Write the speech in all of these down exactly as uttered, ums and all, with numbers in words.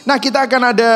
Nah, kita akan ada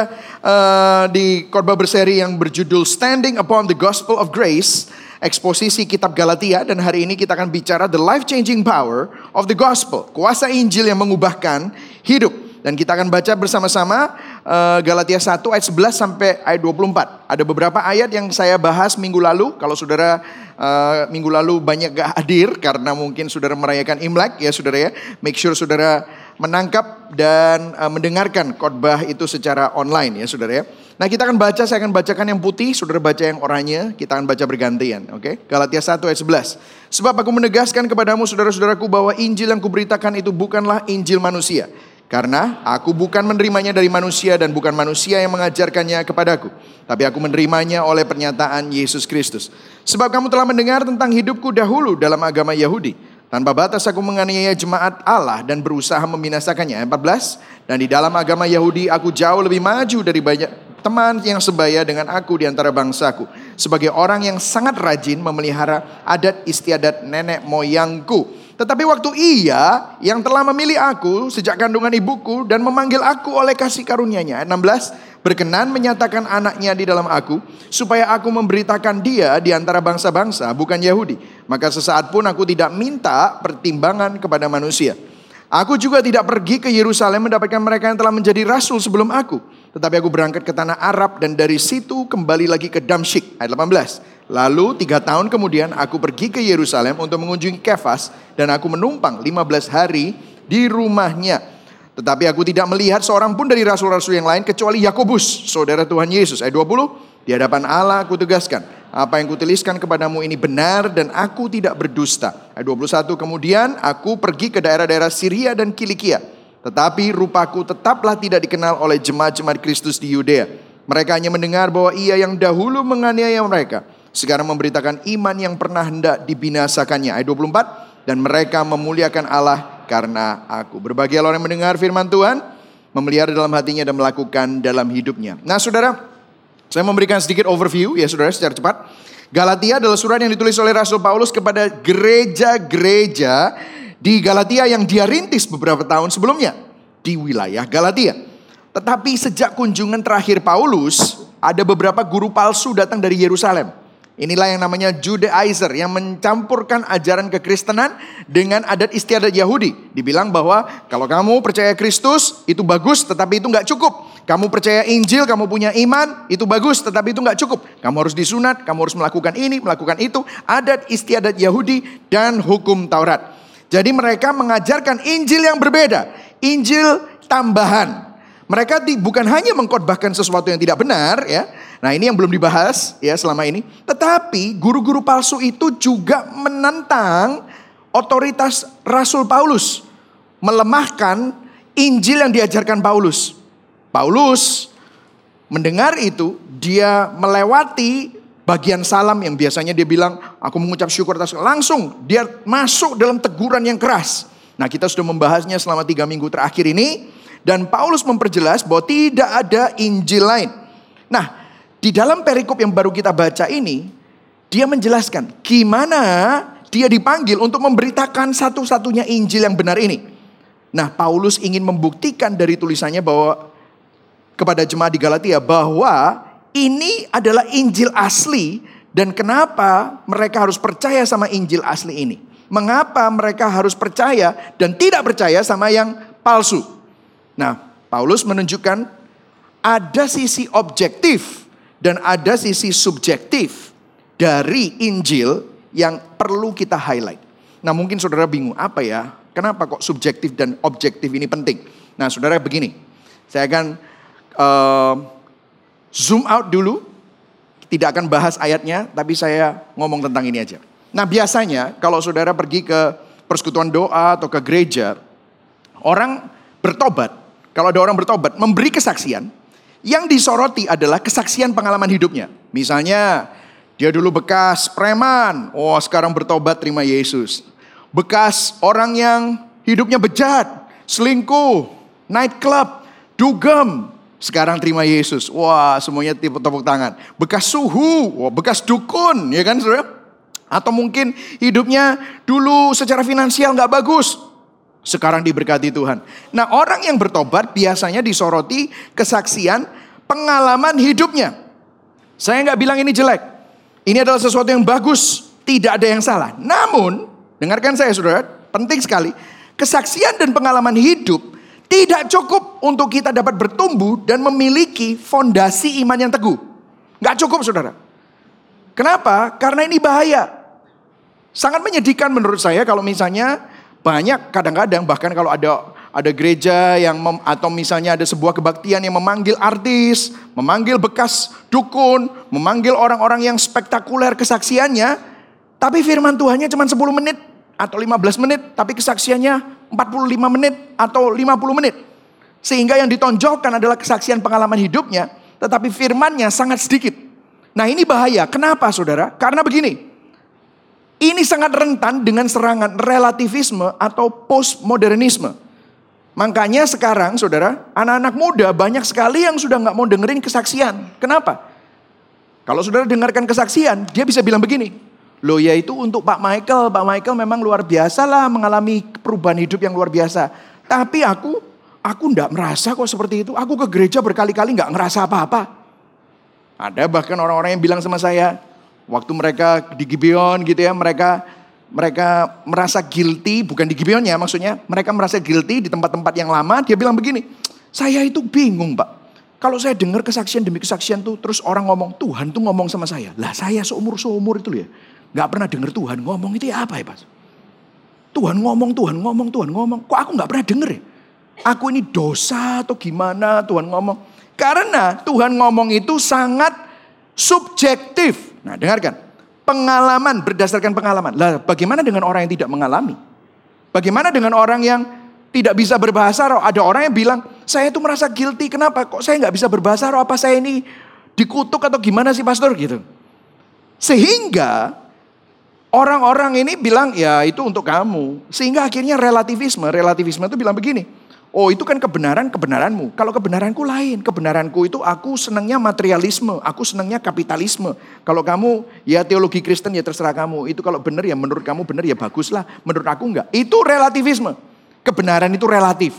uh, di khotbah berseri yang berjudul Standing Upon the Gospel of Grace, eksposisi kitab Galatia, dan hari ini kita akan bicara the life changing power of the gospel, kuasa Injil yang mengubahkan hidup. Dan kita akan baca bersama-sama uh, Galatia satu ayat sebelas sampai ayat dua puluh empat. Ada beberapa ayat yang saya bahas minggu lalu. Kalau saudara uh, minggu lalu banyak gak hadir karena mungkin saudara merayakan Imlek ya saudara ya. Make sure saudara menangkap dan uh, mendengarkan khotbah itu secara online ya saudara ya. Nah, kita akan baca, saya akan bacakan yang putih, saudara baca yang oranye, kita akan baca bergantian, oke? Okay? Galatia satu ayat sebelas. Sebab aku menegaskan kepadamu saudara-saudaraku bahwa Injil yang kuberitakan itu bukanlah Injil manusia. Karena aku bukan menerimanya dari manusia dan bukan manusia yang mengajarkannya kepadaku. Tapi aku menerimanya oleh pernyataan Yesus Kristus. Sebab kamu telah mendengar tentang hidupku dahulu dalam agama Yahudi. Tanpa batas aku menganiaya jemaat Allah dan berusaha membinasakannya. empat belas. Dan di dalam agama Yahudi aku jauh lebih maju dari banyak teman yang sebaya dengan aku di antara bangsaku. Sebagai orang yang sangat rajin memelihara adat istiadat nenek moyangku. Tetapi waktu ia yang telah memilih aku sejak kandungan ibuku dan memanggil aku oleh kasih karunia-Nya. Ayat enam belas. Berkenan menyatakan anaknya di dalam aku, supaya aku memberitakan dia di antara bangsa-bangsa, bukan Yahudi. Maka sesaat pun aku tidak minta pertimbangan kepada manusia. Aku juga tidak pergi ke Yerusalem mendapatkan mereka yang telah menjadi rasul sebelum aku. Tetapi aku berangkat ke tanah Arab dan dari situ kembali lagi ke Damsyik. Ayat delapan belas. Lalu tiga tahun kemudian aku pergi ke Yerusalem untuk mengunjungi Kefas. Dan aku menumpang lima belas hari di rumahnya. Tetapi aku tidak melihat seorang pun dari rasul-rasul yang lain kecuali Yakobus, saudara Tuhan Yesus. Ayat dua puluh. Di hadapan Allah aku tegaskan, apa yang kutuliskan kepadamu ini benar dan aku tidak berdusta. Ayat dua puluh satu. Kemudian aku pergi ke daerah-daerah Syria dan Kilikia. Tetapi rupaku tetaplah tidak dikenal oleh jemaat-jemaat Kristus di Yudea. Mereka hanya mendengar bahwa ia yang dahulu menganiaya mereka sekarang memberitakan iman yang pernah hendak dibinasakannya. Ayat dua puluh empat. Dan mereka memuliakan Allah karena aku. Berbahagia orang yang mendengar firman Tuhan, memelihara dalam hatinya dan melakukan dalam hidupnya. Nah saudara, saya memberikan sedikit overview ya saudara secara cepat. Galatia adalah surat yang ditulis oleh Rasul Paulus kepada gereja-gereja di Galatia yang dia rintis beberapa tahun sebelumnya di wilayah Galatia. Tetapi sejak kunjungan terakhir Paulus, ada beberapa guru palsu datang dari Yerusalem. Inilah yang namanya Judaizer, yang mencampurkan ajaran kekristenan dengan adat istiadat Yahudi. Dibilang bahwa kalau kamu percaya Kristus itu bagus, tetapi itu gak cukup. Kamu percaya Injil, kamu punya iman, itu bagus, tetapi itu gak cukup. Kamu harus disunat, kamu harus melakukan ini, melakukan itu. Adat istiadat Yahudi dan hukum Taurat. Jadi mereka mengajarkan Injil yang berbeda, Injil tambahan. Mereka di, bukan hanya mengkhotbahkan sesuatu yang tidak benar ya. Nah, ini yang belum dibahas ya selama ini. Tetapi guru-guru palsu itu juga menentang otoritas Rasul Paulus, melemahkan Injil yang diajarkan Paulus. Paulus mendengar itu, dia melewati bagian salam yang biasanya dia bilang, aku mengucap syukur atas, langsung dia masuk dalam teguran yang keras. Nah, kita sudah membahasnya selama tiga minggu terakhir ini. Dan Paulus memperjelas bahwa tidak ada Injil lain. Nah, di dalam perikop yang baru kita baca ini, dia menjelaskan gimana dia dipanggil untuk memberitakan satu-satunya Injil yang benar ini. Nah, Paulus ingin membuktikan dari tulisannya bahwa kepada jemaat di Galatia bahwa ini adalah Injil asli dan kenapa mereka harus percaya sama Injil asli ini. Mengapa mereka harus percaya dan tidak percaya sama yang palsu. Nah, Paulus menunjukkan ada sisi objektif dan ada sisi subjektif dari Injil yang perlu kita highlight. Nah, mungkin saudara bingung, apa ya? Kenapa kok subjektif dan objektif ini penting? Nah, saudara begini, saya akan uh, zoom out dulu. Tidak akan bahas ayatnya, tapi saya ngomong tentang ini aja. Nah, biasanya kalau saudara pergi ke persekutuan doa atau ke gereja, orang bertobat. Kalau ada orang bertobat, memberi kesaksian, yang disoroti adalah kesaksian pengalaman hidupnya. Misalnya, dia dulu bekas preman, oh sekarang bertobat terima Yesus. Bekas orang yang hidupnya bejat, selingkuh, night club, dugem, sekarang terima Yesus. Wah, semuanya tepuk tangan. Bekas suhu, wah, bekas dukun, ya kan saudara? Atau mungkin hidupnya dulu secara finansial gak bagus. Sekarang diberkati Tuhan. Nah, orang yang bertobat biasanya disoroti kesaksian pengalaman hidupnya. Saya nggak bilang ini jelek. Ini adalah sesuatu yang bagus. Tidak ada yang salah. Namun, dengarkan saya saudara, penting sekali. Kesaksian dan pengalaman hidup tidak cukup untuk kita dapat bertumbuh dan memiliki fondasi iman yang teguh. Nggak cukup saudara. Kenapa? Karena ini bahaya. Sangat menyedihkan menurut saya kalau misalnya banyak kadang-kadang bahkan kalau ada ada gereja yang mem, atau misalnya ada sebuah kebaktian yang memanggil artis, memanggil bekas dukun, memanggil orang-orang yang spektakuler kesaksiannya, tapi firman Tuhannya cuma sepuluh menit atau lima belas menit, tapi kesaksiannya empat puluh lima menit atau lima puluh menit. Sehingga yang ditonjolkan adalah kesaksian pengalaman hidupnya, tetapi firmannya sangat sedikit. Nah, ini bahaya. Kenapa saudara? Karena begini. Ini sangat rentan dengan serangan relativisme atau postmodernisme. Makanya sekarang saudara, anak-anak muda banyak sekali yang sudah gak mau dengerin kesaksian. Kenapa? Kalau saudara dengarkan kesaksian, dia bisa bilang begini. Loh ya itu untuk Pak Michael. Pak Michael memang luar biasa lah mengalami perubahan hidup yang luar biasa. Tapi aku, aku gak merasa kok seperti itu. Aku ke gereja berkali-kali gak ngerasa apa-apa. Ada bahkan orang-orang yang bilang sama saya, waktu mereka di Gibeon gitu ya, mereka mereka merasa guilty, bukan di Gibeonnya maksudnya, mereka merasa guilty di tempat-tempat yang lama. Dia bilang begini, saya itu bingung Pak. Kalau saya dengar kesaksian demi kesaksian tuh, terus orang ngomong, Tuhan tuh ngomong sama saya. Lah saya seumur-seumur itu ya, gak pernah dengar Tuhan ngomong, itu ya apa ya Pak? Tuhan ngomong, Tuhan ngomong, Tuhan ngomong. Kok aku gak pernah denger ya? Aku ini dosa atau gimana Tuhan ngomong? Karena Tuhan ngomong itu sangat subjektif. Nah dengarkan, pengalaman berdasarkan pengalaman. Lah bagaimana dengan orang yang tidak mengalami? Bagaimana dengan orang yang tidak bisa berbahasa roh? Ada orang yang bilang, saya itu merasa guilty. Kenapa? Kok saya gak bisa berbahasa roh? Apa saya ini dikutuk atau gimana sih pastor gitu? Sehingga orang-orang ini bilang, ya itu untuk kamu. Sehingga akhirnya relativisme. Relativisme itu bilang begini. Oh itu kan kebenaran kebenaranmu. Kalau kebenaranku lain. Kebenaranku itu aku senangnya materialisme. Aku senangnya kapitalisme. Kalau kamu ya teologi Kristen ya terserah kamu. Itu kalau benar ya menurut kamu benar ya baguslah. Menurut aku enggak. Itu relativisme. Kebenaran itu relatif.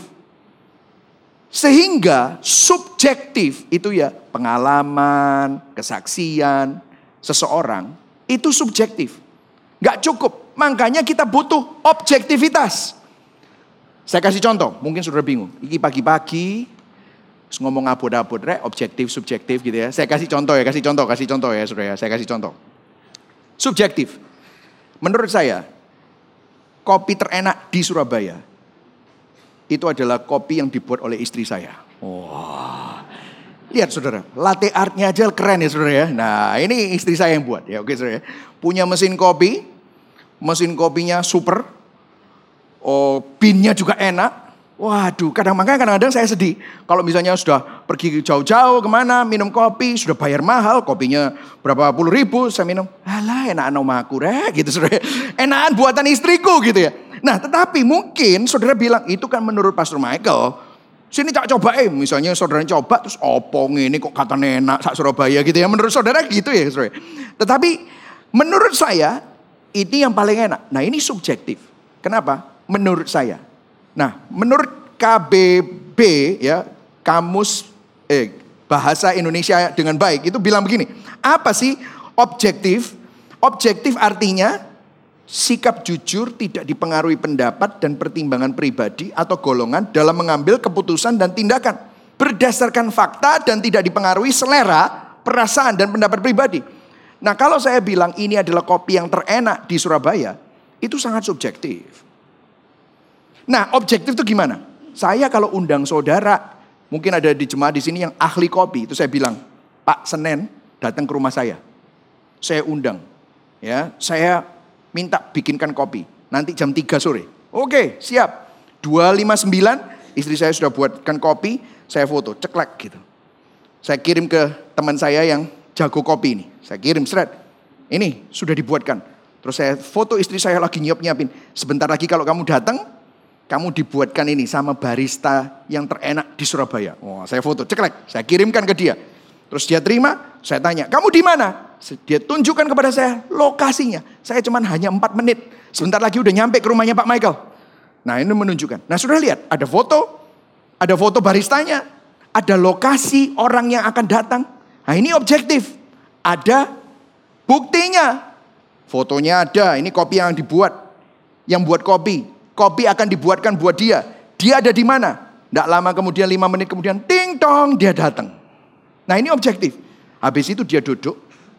Sehingga subjektif itu ya pengalaman, kesaksian seseorang itu subjektif. Enggak cukup. Makanya kita butuh objektivitas. Saya kasih contoh, mungkin saudara bingung. Iki pagi-pagi, ngomong abot-abot, rek, objektif, subjektif gitu ya. Saya kasih contoh ya, kasih contoh, kasih contoh ya saudara ya. Saya kasih contoh. Subjektif. Menurut saya, kopi terenak di Surabaya, itu adalah kopi yang dibuat oleh istri saya. Wah, lihat saudara, latte artnya aja keren ya saudara ya. Nah ini istri saya yang buat ya, oke saudara ya. Punya mesin kopi, mesin kopinya super. Oh, binnya juga enak. Waduh, kadang makanya kadang-kadang saya sedih. Kalau misalnya sudah pergi jauh-jauh kemana, minum kopi, sudah bayar mahal, kopinya berapa puluh ribu, saya minum. Alah, enakan omaku rek, gitu saudara. Enakan buatan istriku gitu ya. Nah, tetapi mungkin saudara bilang, itu kan menurut Pastor Michael. Sini tak coba eh, misalnya saudara coba, terus opong ini kok katanya enak, sak Surabaya gitu ya. Menurut saudara gitu ya saudara. Tetapi menurut saya, ini yang paling enak. Nah ini subjektif. Kenapa? Menurut saya. Nah, menurut K B B ya, Kamus eh, Bahasa Indonesia dengan Baik itu bilang begini. Apa sih objektif? Objektif artinya sikap jujur tidak dipengaruhi pendapat dan pertimbangan pribadi atau golongan dalam mengambil keputusan dan tindakan berdasarkan fakta dan tidak dipengaruhi selera, perasaan dan pendapat pribadi. Nah, kalau saya bilang ini adalah kopi yang terenak di Surabaya, itu sangat subjektif. Nah, objektif itu gimana? Saya kalau undang saudara, mungkin ada di jemaah di sini yang ahli kopi, itu saya bilang, Pak Senin datang ke rumah saya. Saya undang, ya, saya minta bikinkan kopi. Nanti jam tiga sore. Oke, siap. dua lima sembilan, istri saya sudah buatkan kopi, saya foto, ceklek gitu. Saya kirim ke teman saya yang jago kopi ini. Saya kirim seret. Ini sudah dibuatkan. Terus saya foto istri saya lagi nyiap-nyiapin. Sebentar lagi kalau kamu datang, kamu dibuatkan ini sama barista yang terenak di Surabaya. Wah, saya foto, ceklek, saya kirimkan ke dia. Terus dia terima, saya tanya, kamu di mana? Dia tunjukkan kepada saya lokasinya. Saya cuma hanya empat menit. Sebentar lagi udah nyampe ke rumahnya Pak Michael. Nah ini menunjukkan. Nah saudara lihat, ada foto, ada foto baristanya, ada lokasi orang yang akan datang. Nah ini objektif. Ada buktinya. Fotonya ada, ini kopi yang dibuat. Yang buat kopi. Kopi akan dibuatkan buat dia. Dia ada di mana? Tidak lama kemudian, lima menit kemudian, ting tong, dia datang. Nah ini objektif. Habis itu dia duduk.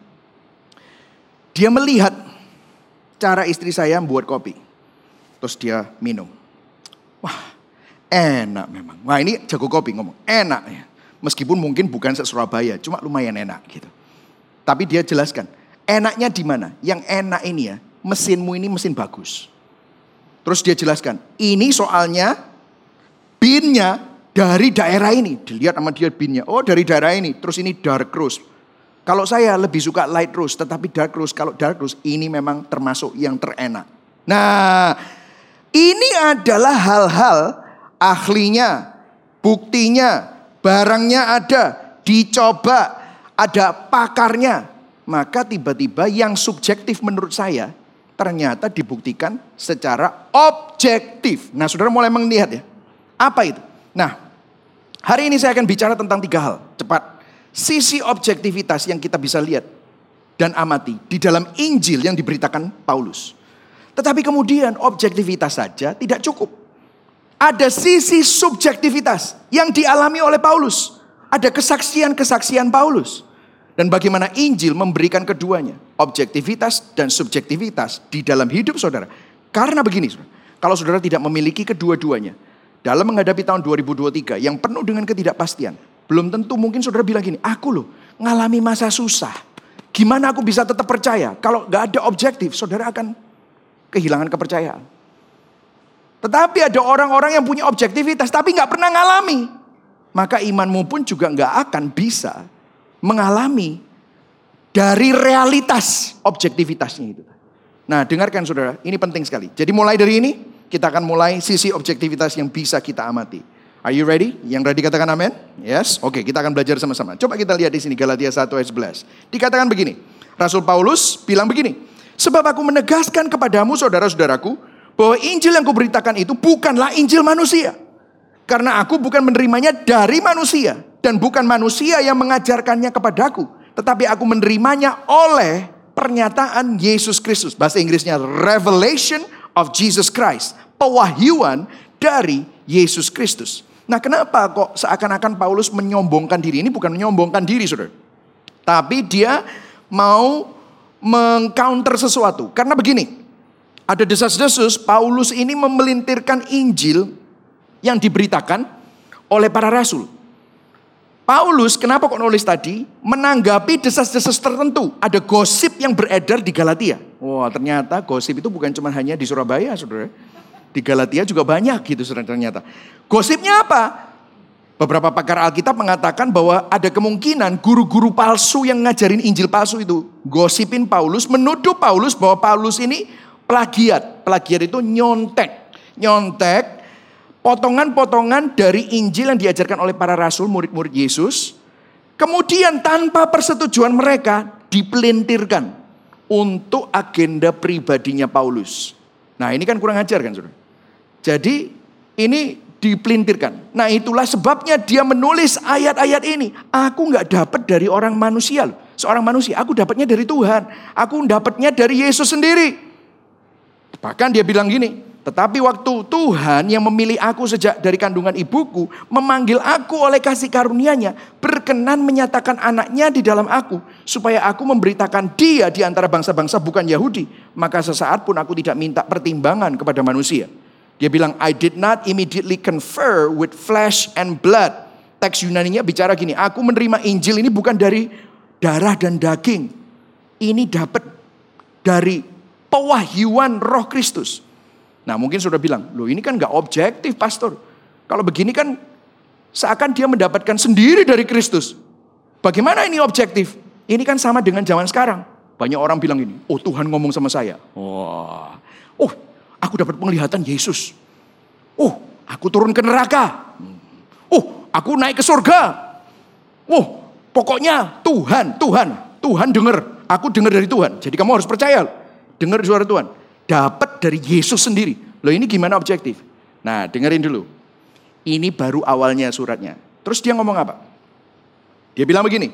Dia melihat cara istri saya membuat kopi. Terus dia minum. Wah enak memang. Wah ini jago kopi ngomong. Enak ya. Meskipun mungkin bukan se-Surabaya. Cuma lumayan enak gitu. Tapi dia jelaskan. Enaknya di mana? Yang enak ini ya. Mesinmu ini mesin bagus. Terus dia jelaskan, ini soalnya binnya dari daerah ini. Dilihat sama dia binnya, oh dari daerah ini. Terus ini dark roast. Kalau saya lebih suka light roast, tetapi dark roast, kalau dark roast ini memang termasuk yang terenak. Nah, ini adalah hal-hal ahlinya, buktinya, barangnya ada, dicoba, ada pakarnya. Maka tiba-tiba yang subjektif menurut saya, ternyata dibuktikan secara objektif. Nah saudara mulai melihat ya. Apa itu? Nah hari ini saya akan bicara tentang tiga hal. Cepat. Sisi objektivitas yang kita bisa lihat dan amati di dalam Injil yang diberitakan Paulus. Tetapi kemudian objektivitas saja tidak cukup. Ada sisi subjektivitas yang dialami oleh Paulus. Ada kesaksian-kesaksian Paulus. Dan bagaimana Injil memberikan keduanya. Objektivitas dan subjektivitas di dalam hidup saudara. Karena begini saudara. Kalau saudara tidak memiliki kedua-duanya. Dalam menghadapi tahun dua ribu dua puluh tiga yang penuh dengan ketidakpastian. Belum tentu mungkin saudara bilang gini. Aku loh ngalami masa susah. Gimana aku bisa tetap percaya. Kalau gak ada objektif saudara akan kehilangan kepercayaan. Tetapi ada orang-orang yang punya objektivitas tapi gak pernah ngalami. Maka imanmu pun juga gak akan bisa mengalami dari realitas objektivitasnya itu. Nah dengarkan saudara, ini penting sekali. Jadi mulai dari ini, kita akan mulai sisi objektivitas yang bisa kita amati. Are you ready? Yang ready katakan amin? Yes? Oke, kita akan belajar sama-sama. Coba kita lihat di sini Galatia satu ayat sebelas. Dikatakan begini, Rasul Paulus bilang begini. Sebab aku menegaskan kepadamu saudara-saudaraku, bahwa Injil yang kuberitakan itu bukanlah Injil manusia. Karena aku bukan menerimanya dari manusia. Dan bukan manusia yang mengajarkannya kepadaku. Tetapi aku menerimanya oleh pernyataan Yesus Kristus. Bahasa Inggrisnya revelation of Jesus Christ. Pewahyuan dari Yesus Kristus. Nah kenapa kok seakan-akan Paulus menyombongkan diri? Ini bukan menyombongkan diri saudara. Tapi dia mau meng-counter sesuatu. Karena begini. Ada desas-desus Paulus ini memelintirkan Injil yang diberitakan oleh para rasul. Paulus kenapa kok nulis tadi? Menanggapi desas-desus tertentu. Ada gosip yang beredar di Galatia. Wah ternyata gosip itu bukan cuma hanya di Surabaya saudara. Di Galatia juga banyak gitu saudara ternyata. Gosipnya apa? Beberapa pakar Alkitab mengatakan bahwa ada kemungkinan guru-guru palsu yang ngajarin Injil palsu itu. Gosipin Paulus, menuduh Paulus bahwa Paulus ini plagiat. Plagiat itu nyontek. Nyontek. Potongan-potongan dari Injil yang diajarkan oleh para rasul, murid-murid Yesus. Kemudian tanpa persetujuan mereka dipelintirkan untuk agenda pribadinya Paulus. Nah ini kan kurang ajar kan saudara. Jadi ini dipelintirkan. Nah itulah sebabnya dia menulis ayat-ayat ini. Aku gak dapat dari orang manusia loh. Seorang manusia, aku dapatnya dari Tuhan. Aku dapatnya dari Yesus sendiri. Bahkan dia bilang gini. Tetapi waktu Tuhan yang memilih aku sejak dari kandungan ibuku, memanggil aku oleh kasih karunia-Nya, berkenan menyatakan anaknya di dalam aku, supaya aku memberitakan dia di antara bangsa-bangsa bukan Yahudi. Maka sesaat pun aku tidak minta pertimbangan kepada manusia. Dia bilang, I did not immediately confer with flesh and blood. Teks Yunaninya bicara gini, aku menerima Injil ini bukan dari darah dan daging. Ini dapat dari pewahyuan Roh Kristus. Nah mungkin sudah bilang, loh ini kan gak objektif pastor. Kalau begini kan seakan dia mendapatkan sendiri dari Kristus. Bagaimana ini objektif? Ini kan sama dengan zaman sekarang. Banyak orang bilang ini, oh Tuhan ngomong sama saya. Wah, oh aku dapat penglihatan Yesus. Oh aku turun ke neraka. Oh aku naik ke surga. Oh pokoknya Tuhan, Tuhan, Tuhan dengar. Aku dengar dari Tuhan. Jadi kamu harus percaya. Dengar suara Tuhan. Dapat dari Yesus sendiri. Loh ini gimana objektif? Nah, dengerin dulu. Ini baru awalnya suratnya. Terus dia ngomong apa? Dia bilang begini.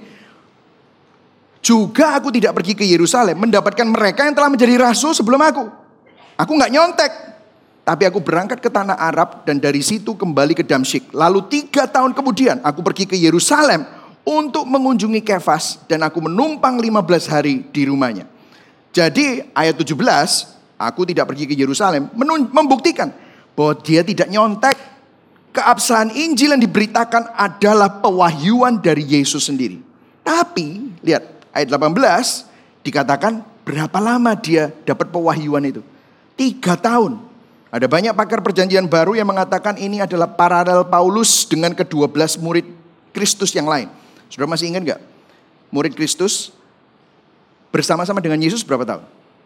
Juga aku tidak pergi ke Yerusalem mendapatkan mereka yang telah menjadi rasul sebelum aku. Aku gak nyontek. Tapi aku berangkat ke tanah Arab dan dari situ kembali ke Damsyik. Lalu tiga tahun kemudian aku pergi ke Yerusalem untuk mengunjungi Kefas. Dan aku menumpang lima belas hari di rumahnya. Jadi ayat tujuh belas, aku tidak pergi ke Yerusalem membuktikan bahwa dia tidak nyontek. Keabsahan Injil yang diberitakan adalah pewahyuan dari Yesus sendiri. Tapi, lihat ayat delapan belas dikatakan berapa lama dia dapat pewahyuan itu. Tiga tahun. Ada banyak pakar perjanjian baru yang mengatakan ini adalah paralel Paulus dengan kedua belas murid Kristus yang lain. Saudara masih ingat gak? Murid Kristus bersama-sama dengan Yesus berapa tahun?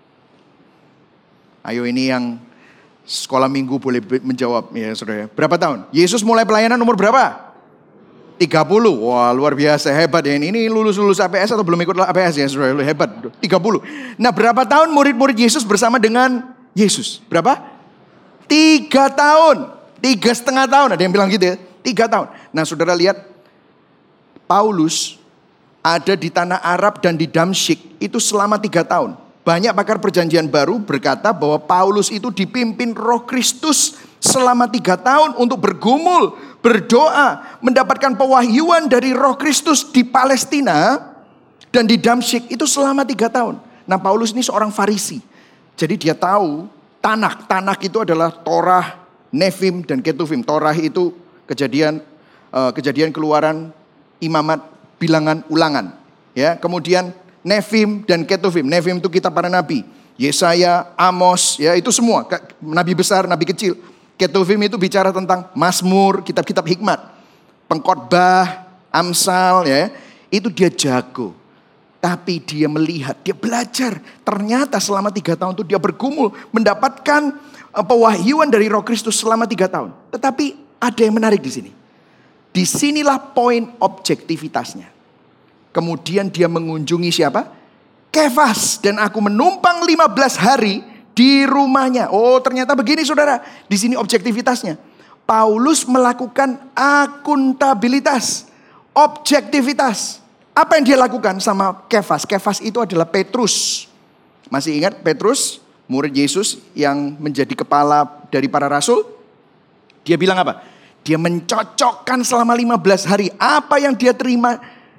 Ayo ini yang sekolah minggu boleh menjawab ya saudara. Berapa tahun? Yesus mulai pelayanan umur berapa? tiga puluh. Wah luar biasa, hebat ya. Ini lulus-lulus A P S atau belum ikut A P S ya saudara? Hebat. tiga puluh. Nah berapa tahun murid-murid Yesus bersama dengan Yesus? Berapa? Tiga tahun. Tiga setengah tahun. Ada yang bilang gitu ya. Tiga tahun. Nah saudara lihat. Paulus ada di tanah Arab dan di Damsyik itu selama tiga tahun. Banyak pakar perjanjian baru berkata bahwa Paulus itu dipimpin Roh Kristus selama tiga tahun untuk bergumul, berdoa, mendapatkan pewahyuan dari Roh Kristus di Palestina dan di Damsyik itu selama tiga tahun. Nah Paulus ini seorang Farisi. Jadi dia tahu Tanakh. Tanakh itu adalah Torah, Nefim dan Ketuvim. Torah itu kejadian uh, kejadian keluaran, Imamat, Bilangan, Ulangan. Ya, kemudian Nefim dan Ketuvim. Nefim itu kitab para nabi. Yesaya, Amos, ya itu semua. Nabi besar, nabi kecil. Ketuvim itu bicara tentang Mazmur, kitab-kitab hikmat. Pengkhotbah, Amsal, ya. Itu dia jago. Tapi dia melihat, dia belajar. Ternyata selama tiga tahun itu dia bergumul. Mendapatkan pewahyuan dari Roh Kristus selama tiga tahun. Tetapi ada yang menarik di sini. Disinilah poin objektivitasnya. Kemudian dia mengunjungi siapa? Kefas. Dan aku menumpang lima belas hari di rumahnya. Oh ternyata begini saudara. Di sini objektivitasnya. Paulus melakukan akuntabilitas. Objektivitas. Apa yang dia lakukan sama Kefas? Kefas itu adalah Petrus. Masih ingat Petrus? Murid Yesus yang menjadi kepala dari para rasul. Dia bilang apa? Dia mencocokkan selama lima belas hari. Apa yang dia terima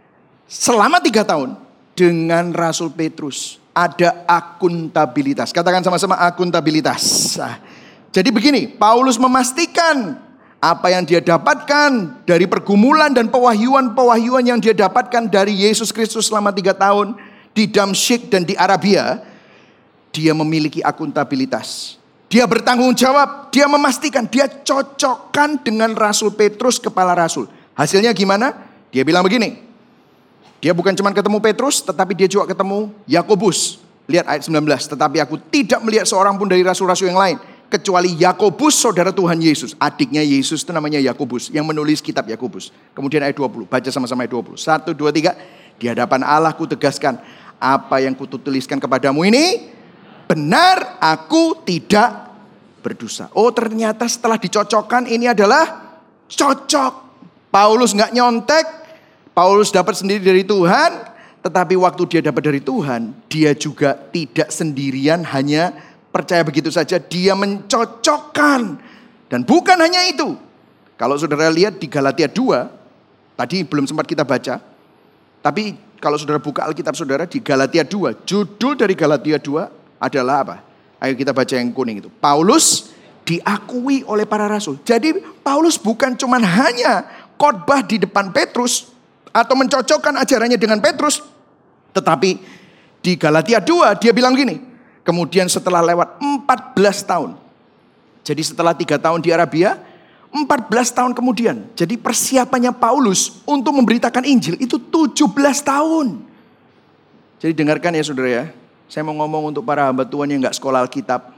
selama tiga tahun dengan Rasul Petrus. Ada akuntabilitas. Katakan sama-sama akuntabilitas. Nah, jadi begini, Paulus memastikan apa yang dia dapatkan dari pergumulan dan pewahyuan-pewahyuan yang dia dapatkan dari Yesus Kristus selama tiga tahun di Damsyik dan di Arabia. Dia memiliki akuntabilitas. Dia bertanggung jawab, dia memastikan, dia cocokkan dengan Rasul Petrus, kepala Rasul. Hasilnya gimana? Dia bilang begini. Dia bukan cuma ketemu Petrus, tetapi dia juga ketemu Yakobus. Lihat ayat sembilan belas. Tetapi aku tidak melihat seorang pun dari rasul-rasul yang lain. Kecuali Yakobus, saudara Tuhan Yesus. Adiknya Yesus itu namanya Yakobus. Yang menulis kitab Yakobus. Kemudian ayat dua puluh. Baca sama-sama ayat dua puluh. Satu, dua, tiga. Di hadapan Allah ku tegaskan. Apa yang kutuliskan kepadamu ini benar, aku tidak berdosa. Oh ternyata setelah dicocokkan ini adalah cocok. Paulus gak nyontek. Paulus dapat sendiri dari Tuhan. Tetapi waktu dia dapat dari Tuhan, dia juga tidak sendirian hanya percaya begitu saja. Dia mencocokkan. Dan bukan hanya itu. Kalau saudara lihat di Galatia dua. Tadi belum sempat kita baca. Tapi kalau saudara buka Alkitab saudara di Galatia dua. Judul dari Galatia dua adalah apa? Ayo kita baca yang kuning itu. Paulus diakui oleh para rasul. Jadi Paulus bukan cuma hanya khotbah di depan Petrus atau mencocokkan ajarannya dengan Petrus, tetapi di Galatia dua dia bilang gini. Kemudian setelah lewat empat belas tahun. Jadi setelah tiga tahun di Arabia, empat belas tahun kemudian. Jadi persiapannya Paulus untuk memberitakan Injil itu tujuh belas tahun. Jadi dengarkan ya saudara ya. Saya mau ngomong untuk para hamba Tuhan yang gak sekolah Alkitab.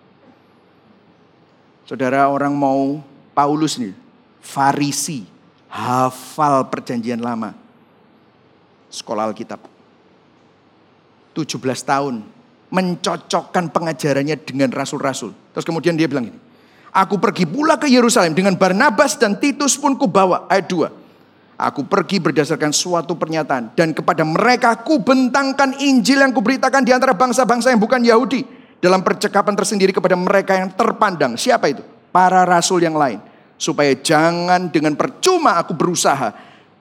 Saudara, orang mau Paulus nih, Farisi, hafal perjanjian lama. Sekolah Alkitab. tujuh belas tahun. Mencocokkan pengajarannya dengan rasul-rasul. Terus kemudian dia bilang gini. Aku pergi pula ke Yerusalem dengan Barnabas dan Titus pun kubawa. Ayat dua. Aku pergi berdasarkan suatu pernyataan. Dan kepada mereka ku bentangkan Injil yang kuberitakan di antara bangsa-bangsa yang bukan Yahudi. Dalam percakapan tersendiri kepada mereka yang terpandang. Siapa itu? Para rasul yang lain. Supaya jangan dengan percuma aku berusaha.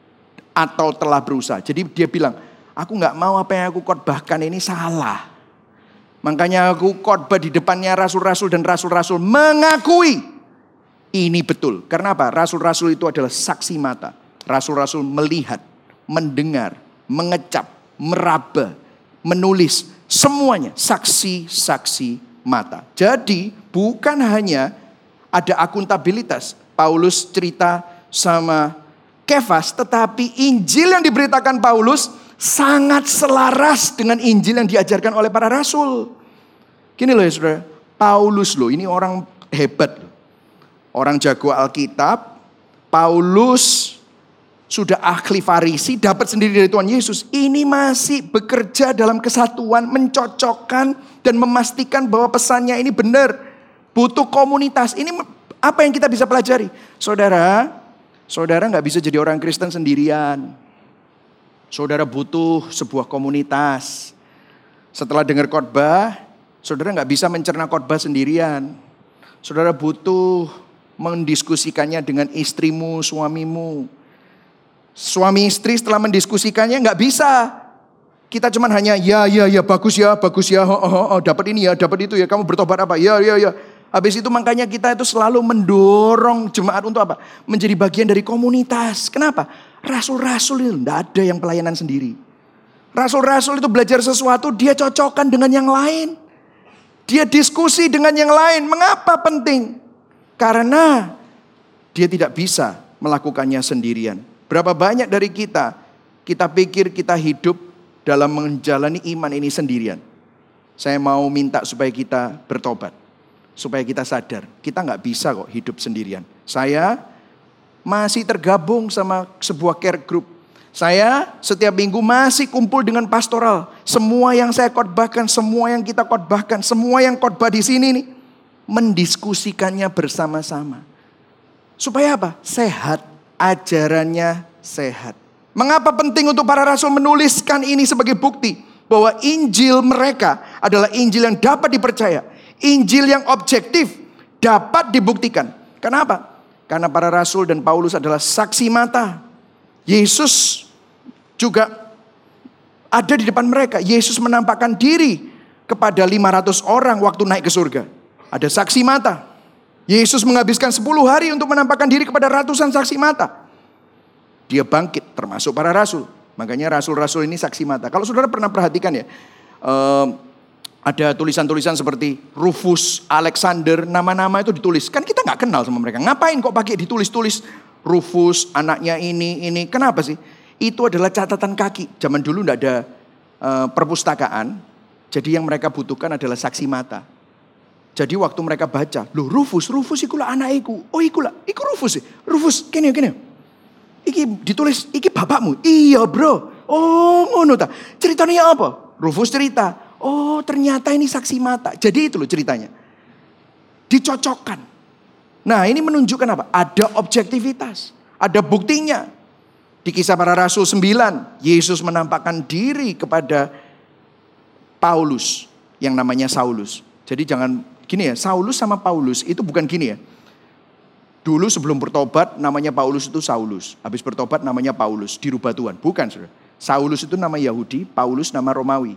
Atau telah berusaha. Jadi dia bilang, aku gak mau apa yang aku khotbahkan ini salah. Makanya aku khotbah di depannya rasul-rasul dan rasul-rasul mengakui. Ini betul. Karena apa? Rasul-rasul itu adalah saksi mata. Rasul-rasul melihat, mendengar, mengecap, meraba, menulis. Semuanya saksi-saksi mata. Jadi bukan hanya ada akuntabilitas. Paulus cerita sama Kefas. Tetapi Injil yang diberitakan Paulus sangat selaras dengan Injil yang diajarkan oleh para rasul. Gini loh ya saudara. Paulus loh ini orang hebat loh. Orang jago Alkitab. Paulus sudah ahli Farisi, dapat sendiri dari Tuhan Yesus. Ini masih bekerja dalam kesatuan, mencocokkan dan memastikan bahwa pesannya ini benar. Butuh komunitas. Ini apa yang kita bisa pelajari? Saudara, saudara gak bisa jadi orang Kristen sendirian. Saudara butuh sebuah komunitas. Setelah dengar khotbah, saudara gak bisa mencerna khotbah sendirian. Saudara butuh mendiskusikannya dengan istrimu, suamimu. Suami istri setelah mendiskusikannya nggak bisa. Kita cuman hanya ya ya ya bagus ya bagus ya oh, oh, oh, dapat ini ya dapat itu ya kamu bertobat apa ya ya ya. Habis itu makanya kita itu selalu mendorong jemaat untuk apa? Menjadi bagian dari komunitas. Kenapa? Rasul-rasul itu nggak ada yang pelayanan sendiri. Rasul-rasul itu belajar sesuatu dia cocokkan dengan yang lain. Dia diskusi dengan yang lain. Mengapa penting? Karena dia tidak bisa melakukannya sendirian. Berapa banyak dari kita, kita pikir kita hidup dalam menjalani iman ini sendirian. Saya mau minta supaya kita bertobat. Supaya kita sadar, kita gak bisa kok hidup sendirian. Saya masih tergabung sama sebuah care group. Saya setiap minggu masih kumpul dengan pastoral. Semua yang saya khotbahkan, semua yang kita khotbahkan, semua yang khotbah di sini nih, mendiskusikannya bersama-sama. Supaya apa? Sehat. Ajarannya sehat. Mengapa penting untuk para rasul menuliskan ini sebagai bukti bahwa Injil mereka adalah Injil yang dapat dipercaya, Injil yang objektif, dapat dibuktikan. Kenapa? Karena para rasul dan Paulus adalah saksi mata. Yesus juga ada di depan mereka. Yesus menampakkan diri kepada lima ratus orang waktu naik ke surga. Ada saksi mata. Yesus menghabiskan sepuluh hari untuk menampakkan diri kepada ratusan saksi mata. Dia bangkit termasuk para rasul. Makanya rasul-rasul ini saksi mata. Kalau saudara pernah perhatikan ya. Um, ada tulisan-tulisan seperti Rufus, Alexander. Nama-nama itu ditulis. Kan kita gak kenal sama mereka. Ngapain kok pakai ditulis-tulis Rufus anaknya ini, ini. Kenapa sih? Itu adalah catatan kaki. Zaman dulu gak ada uh, perpustakaan. Jadi yang mereka butuhkan adalah saksi mata. Jadi waktu mereka baca, loh Rufus, Rufus ikulah anak iku. Oh ikulah, iku Rufus sih. Rufus, kene kene. Iki ditulis, iki bapakmu. Iya bro. Oh ngono ta. Ceritanya apa? Rufus cerita. Oh ternyata ini saksi mata. Jadi itu loh ceritanya. Dicocokkan. Nah ini menunjukkan apa? Ada objektivitas. Ada buktinya. Di Kisah Para Rasul sembilan, Yesus menampakkan diri kepada Paulus yang namanya Saulus. Jadi jangan gini ya, Saulus sama Paulus itu bukan gini ya. Dulu sebelum bertobat namanya Paulus itu Saulus. Habis bertobat namanya Paulus, dirubah Tuhan. Bukan saudara. Saulus itu nama Yahudi, Paulus nama Romawi.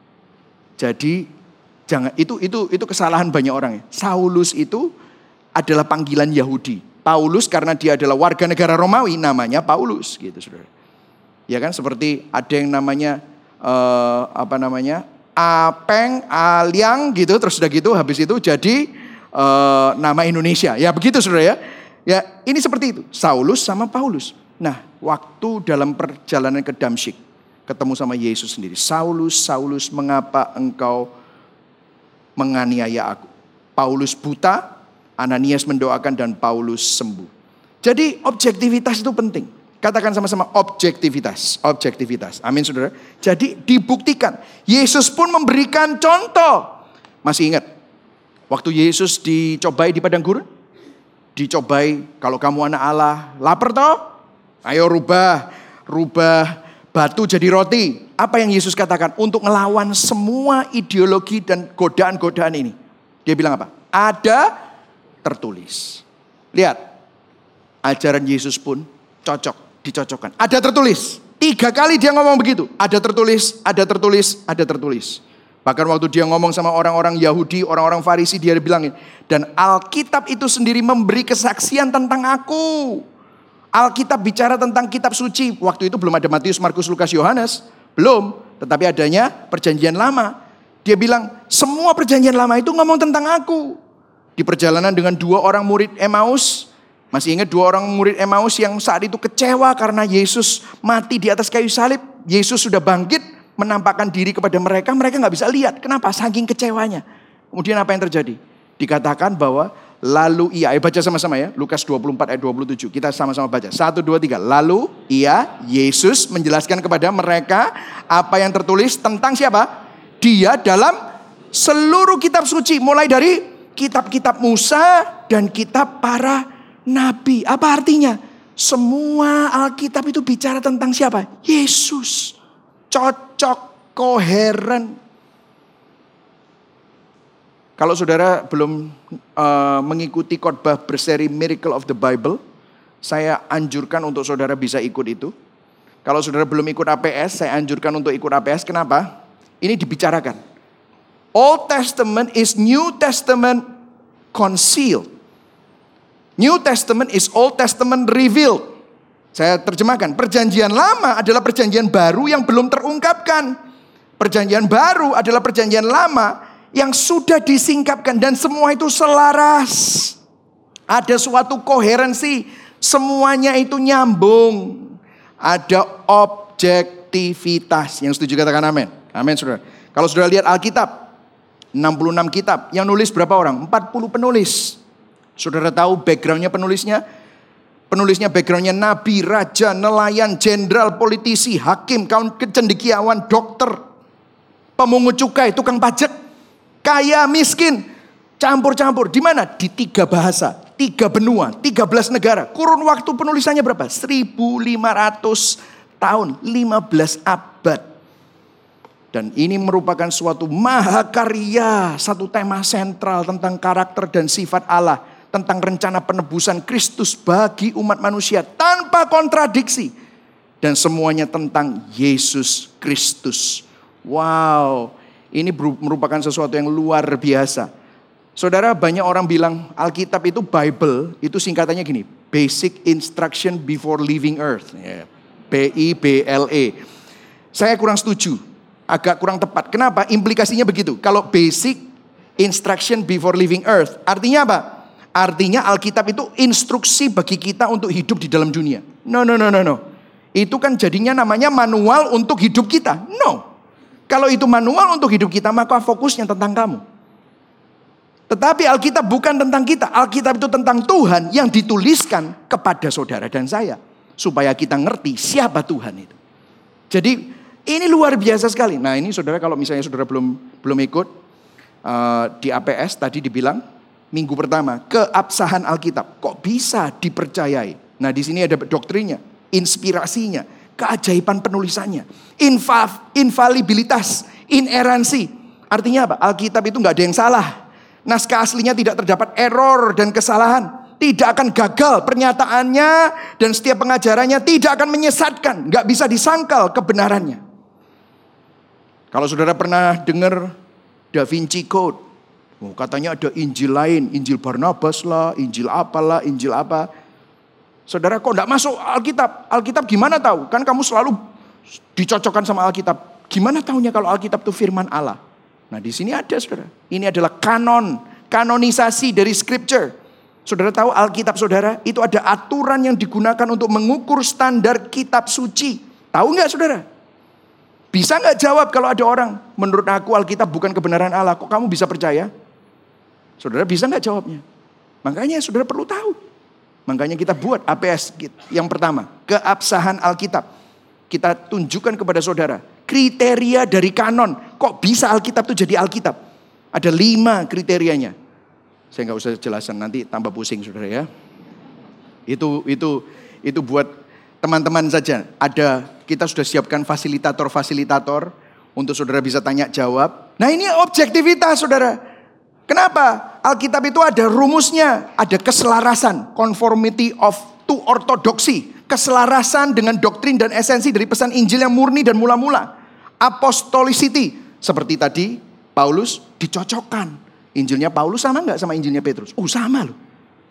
Jadi jangan itu itu itu kesalahan banyak orang ya. Saulus itu adalah panggilan Yahudi. Paulus karena dia adalah warga negara Romawi namanya Paulus gitu saudara. Ya kan seperti ada yang namanya uh, apa namanya? Apeng, Aliang gitu, terus udah gitu habis itu jadi uh, nama Indonesia. Ya begitu saudara ya. Ya ini seperti itu, Saulus sama Paulus. Nah waktu dalam perjalanan ke Damsyik, ketemu sama Yesus sendiri. Saulus, Saulus mengapa engkau menganiaya aku? Paulus buta, Ananias mendoakan dan Paulus sembuh. Jadi objektivitas itu penting. Katakan sama-sama objektivitas, objektivitas. Amin saudara. Jadi dibuktikan. Yesus pun memberikan contoh. Masih ingat? Waktu Yesus dicobai di padang gurun. dicobai. Kalau kamu anak Allah, lapar toh? Ayo rubah, rubah batu jadi roti. Apa yang Yesus katakan? Untuk ngelawan semua ideologi dan godaan-godaan ini. Dia bilang apa? Ada tertulis. Lihat, ajaran Yesus pun cocok, dicocokkan. Ada tertulis. Tiga kali dia ngomong begitu. Ada tertulis, ada tertulis, ada tertulis. Bahkan waktu dia ngomong sama orang-orang Yahudi, orang-orang Farisi, dia bilangin. Dan Alkitab itu sendiri memberi kesaksian tentang aku. Alkitab bicara tentang kitab suci. Waktu itu belum ada Matius, Markus, Lukas, Yohanes. Belum. Tetapi adanya perjanjian lama. Dia bilang, semua perjanjian lama itu ngomong tentang aku. Di perjalanan dengan dua orang murid Emmaus. Masih ingat dua orang murid Emmaus yang saat itu kecewa karena Yesus mati di atas kayu salib. Yesus sudah bangkit, menampakkan diri kepada mereka. Mereka gak bisa lihat. Kenapa? Saking kecewanya. Kemudian apa yang terjadi? Dikatakan bahwa lalu ia, ayo baca sama-sama ya. Lukas dua puluh empat ayat dua puluh tujuh. Kita sama-sama baca. Satu, dua, tiga. Lalu ia, Yesus menjelaskan kepada mereka apa yang tertulis tentang siapa? Dia dalam seluruh kitab suci. Mulai dari kitab-kitab Musa dan kitab para nabi. Apa artinya? Semua Alkitab itu bicara tentang siapa? Yesus. Cocok, koheren. Kalau saudara belum uh, mengikuti khotbah berseri Miracle of the Bible, saya anjurkan untuk saudara bisa ikut itu. Kalau saudara belum ikut A P S, saya anjurkan untuk ikut A P S. Kenapa? Ini dibicarakan. Old Testament is New Testament concealed. New Testament is Old Testament revealed. Saya terjemahkan. Perjanjian lama adalah perjanjian baru yang belum terungkapkan. Perjanjian baru adalah perjanjian lama yang sudah disingkapkan. Dan semua itu selaras. Ada suatu koherensi. Semuanya itu nyambung. Ada objektivitas. Yang setuju katakan amin. Amin saudara. Kalau saudara lihat Alkitab. enam puluh enam kitab. Yang nulis berapa orang? empat puluh penulis. Saudara tahu backgroundnya penulisnya? Penulisnya backgroundnya nabi, raja, nelayan, jenderal, politisi, hakim, kaum kecendekiawan, dokter, pemungut cukai, tukang pajak, kaya, miskin, campur-campur. Di mana? Di tiga bahasa, tiga benua, tiga belas negara. Kurun waktu penulisannya berapa? seribu lima ratus tahun, lima belas abad. Dan ini merupakan suatu mahakarya, satu tema sentral tentang karakter dan sifat Allah. Tentang rencana penebusan Kristus bagi umat manusia tanpa kontradiksi. Dan semuanya tentang Yesus Kristus. Wow, ini merupakan sesuatu yang luar biasa. Saudara, banyak orang bilang Alkitab itu Bible, itu singkatannya gini. Basic Instruction Before Leaving Earth. B I B L E. Saya kurang setuju, agak kurang tepat. Kenapa? Implikasinya begitu. Kalau Basic Instruction Before Leaving Earth, artinya apa? Artinya Alkitab itu instruksi bagi kita untuk hidup di dalam dunia. No, no, no, no, no. Itu kan jadinya namanya manual untuk hidup kita. No. Kalau itu manual untuk hidup kita, maka fokusnya tentang kamu. Tetapi Alkitab bukan tentang kita. Alkitab itu tentang Tuhan yang dituliskan kepada saudara dan saya. Supaya kita ngerti siapa Tuhan itu. Jadi ini luar biasa sekali. Nah ini saudara, kalau misalnya saudara belum belum ikut uh, di A P S tadi dibilang, minggu pertama, keabsahan Alkitab. Kok bisa dipercayai? Nah di sini ada doktrinnya, inspirasinya, keajaiban penulisannya, infa, infalibilitas, ineransi. Artinya apa? Alkitab itu nggak ada yang salah. Naskah aslinya tidak terdapat error dan kesalahan. Tidak akan gagal pernyataannya dan setiap pengajarannya tidak akan menyesatkan. Nggak bisa disangkal kebenarannya. Kalau saudara pernah dengar Da Vinci Code, oh, katanya ada Injil lain, Injil Barnabas lah, Injil apalah, Injil apa. Saudara kok enggak masuk Alkitab? Alkitab gimana tahu? Kan kamu selalu dicocokkan sama Alkitab. Gimana tahunya kalau Alkitab itu firman Allah? Nah di sini ada saudara. Ini adalah kanon, kanonisasi dari Scripture. Saudara tahu Alkitab saudara, itu ada aturan yang digunakan untuk mengukur standar kitab suci. Tahu enggak saudara? Bisa enggak jawab kalau ada orang, menurut aku Alkitab bukan kebenaran Allah. Kok kamu bisa percaya? Saudara bisa nggak jawabnya? Makanya saudara perlu tahu. Makanya kita buat A P S yang pertama. Keabsahan Alkitab. Kita tunjukkan kepada saudara. Kriteria dari kanon. Kok bisa Alkitab itu jadi Alkitab? Ada lima kriterianya. Saya nggak usah jelasin, nanti tambah pusing saudara ya. Itu itu itu buat teman-teman saja. Ada, kita sudah siapkan fasilitator-fasilitator untuk saudara bisa tanya jawab. Nah ini objektivitas saudara. Kenapa? Alkitab itu ada rumusnya, ada keselarasan, conformity of to orthodoxy, keselarasan dengan doktrin dan esensi dari pesan Injil yang murni dan mula-mula. Apostolicity, seperti tadi Paulus dicocokkan. Injilnya Paulus sama nggak sama Injilnya Petrus? Oh sama loh.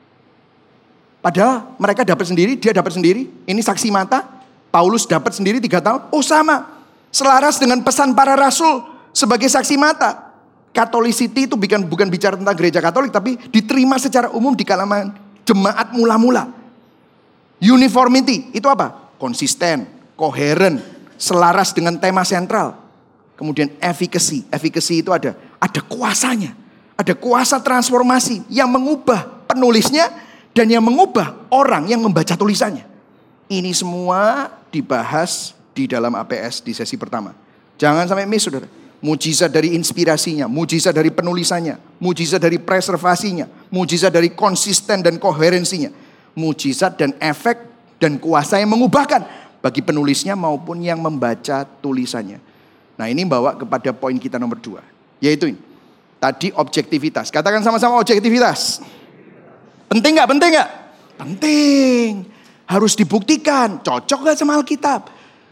Padahal mereka dapat sendiri, dia dapat sendiri. Ini saksi mata, Paulus dapat sendiri tiga tahun. Oh sama, selaras dengan pesan para rasul sebagai saksi mata. Catholicity itu bukan, bukan bicara tentang gereja Katolik, tapi diterima secara umum di kalangan jemaat mula-mula. Uniformity itu apa? Konsisten, koheren, selaras dengan tema sentral. Kemudian efficacy, efficacy itu ada, ada kuasanya, ada kuasa transformasi yang mengubah penulisnya dan yang mengubah orang yang membaca tulisannya. Ini semua dibahas di dalam A P S di sesi pertama. Jangan sampai miss saudara. Mujizat dari inspirasinya, mujizat dari penulisannya, mujizat dari preservasinya, mujizat dari konsisten dan koherensinya, mujizat dan efek dan kuasa yang mengubahkan bagi penulisnya maupun yang membaca tulisannya. Nah ini bawa kepada poin kita nomor dua, yaitu ini. Tadi objektivitas, katakan sama-sama objektivitas. Penting gak? Penting gak? Penting, harus dibuktikan, cocok gak sama Alkitab?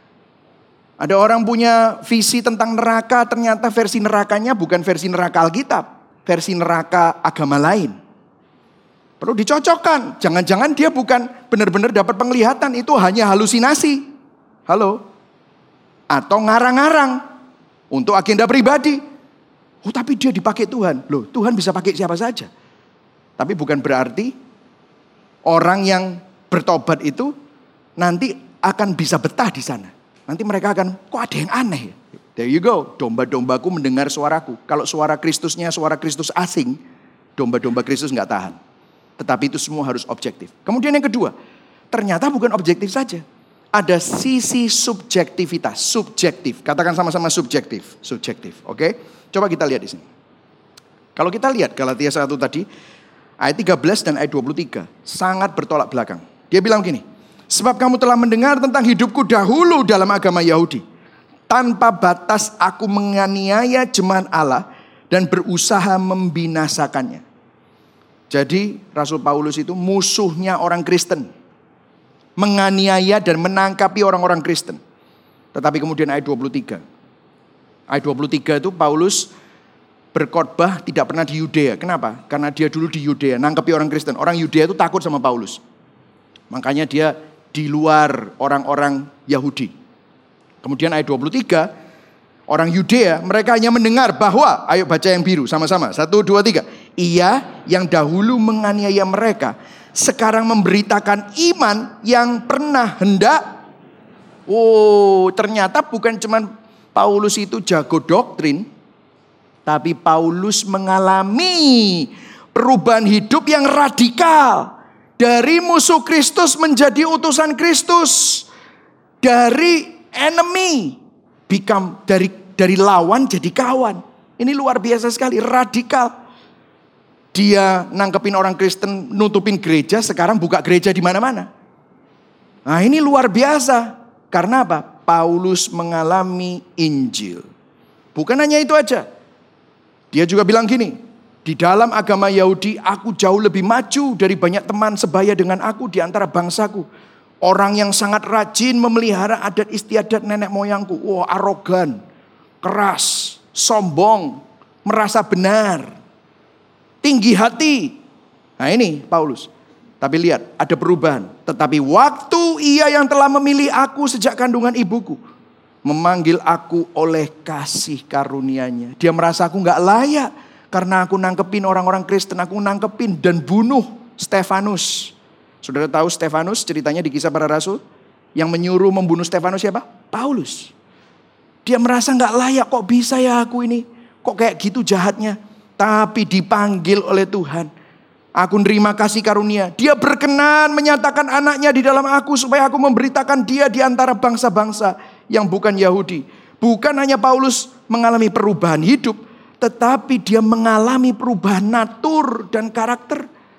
Ada orang punya visi tentang neraka, ternyata versi nerakanya bukan versi neraka Alkitab, versi neraka agama lain. Perlu dicocokkan, jangan-jangan dia bukan benar-benar dapat penglihatan, itu hanya halusinasi. Halo? Atau ngarang-ngarang untuk agenda pribadi. Oh tapi dia dipakai Tuhan. Loh Tuhan bisa pakai siapa saja. Tapi bukan berarti orang yang bertobat itu nanti akan bisa betah di sana. Nanti mereka akan, kok ada yang aneh. There you go, domba-dombaku mendengar suaraku. Kalau suara Kristusnya suara Kristus asing, domba-domba Kristus gak tahan. Tetapi itu semua harus objektif. Kemudian yang kedua, ternyata bukan objektif saja. Ada sisi subjektivitas, subjektif. Katakan sama-sama subjektif, subjektif. Oke, coba kita lihat di sini. Kalau kita lihat Galatia satu tadi, ayat tiga belas dan ayat dua puluh tiga, sangat bertolak belakang. Dia bilang gini, sebab kamu telah mendengar tentang hidupku dahulu dalam agama Yahudi. Tanpa batas aku menganiaya jemaat Allah dan berusaha membinasakannya. Jadi Rasul Paulus itu musuhnya orang Kristen. Menganiaya dan menangkapi orang-orang Kristen. Tetapi kemudian ayat dua puluh tiga. Ayat dua puluh tiga itu Paulus berkhotbah tidak pernah di Yudea. Kenapa? Karena dia dulu di Yudea, nangkapi orang Kristen. Orang Yudea itu takut sama Paulus. Makanya dia di luar orang-orang Yahudi. Kemudian ayat dua puluh tiga, orang Yudea mereka hanya mendengar bahwa, ayo baca yang biru sama-sama, satu, dua, tiga. Ia yang dahulu menganiaya mereka, sekarang memberitakan iman yang pernah hendak. Oh ternyata bukan cuman Paulus itu jago doktrin, tapi Paulus mengalami perubahan hidup yang radikal. Dari musuh Kristus menjadi utusan Kristus. Dari enemy become dari dari lawan jadi kawan. Ini luar biasa sekali, radikal. Dia nangkepin orang Kristen, nutupin gereja, sekarang buka gereja di mana-mana. Nah, ini luar biasa. Karena apa? Paulus mengalami Injil. Bukan hanya itu aja. Dia juga bilang gini, di dalam agama Yahudi, aku jauh lebih maju dari banyak teman sebaya dengan aku di antara bangsaku. Orang yang sangat rajin memelihara adat istiadat nenek moyangku. Wah, arogan, keras, sombong, merasa benar, tinggi hati. Nah ini Paulus. Tapi lihat, ada perubahan. Tetapi waktu ia yang telah memilih aku sejak kandungan ibuku, memanggil aku oleh kasih karunia-Nya. Dia merasa aku gak layak. Karena aku nangkepin orang-orang Kristen, aku nangkepin dan bunuh Stefanus. Saudara tahu Stefanus ceritanya di Kisah Para Rasul? Yang menyuruh membunuh Stefanus siapa? Paulus. Dia merasa gak layak, kok bisa ya aku ini? Kok kayak gitu jahatnya? Tapi dipanggil oleh Tuhan. Aku nerima kasih karunia. Dia berkenan menyatakan anaknya di dalam aku supaya aku memberitakan dia di antara bangsa-bangsa yang bukan Yahudi. Bukan hanya Paulus mengalami perubahan hidup, tetapi dia mengalami perubahan natur dan karakter.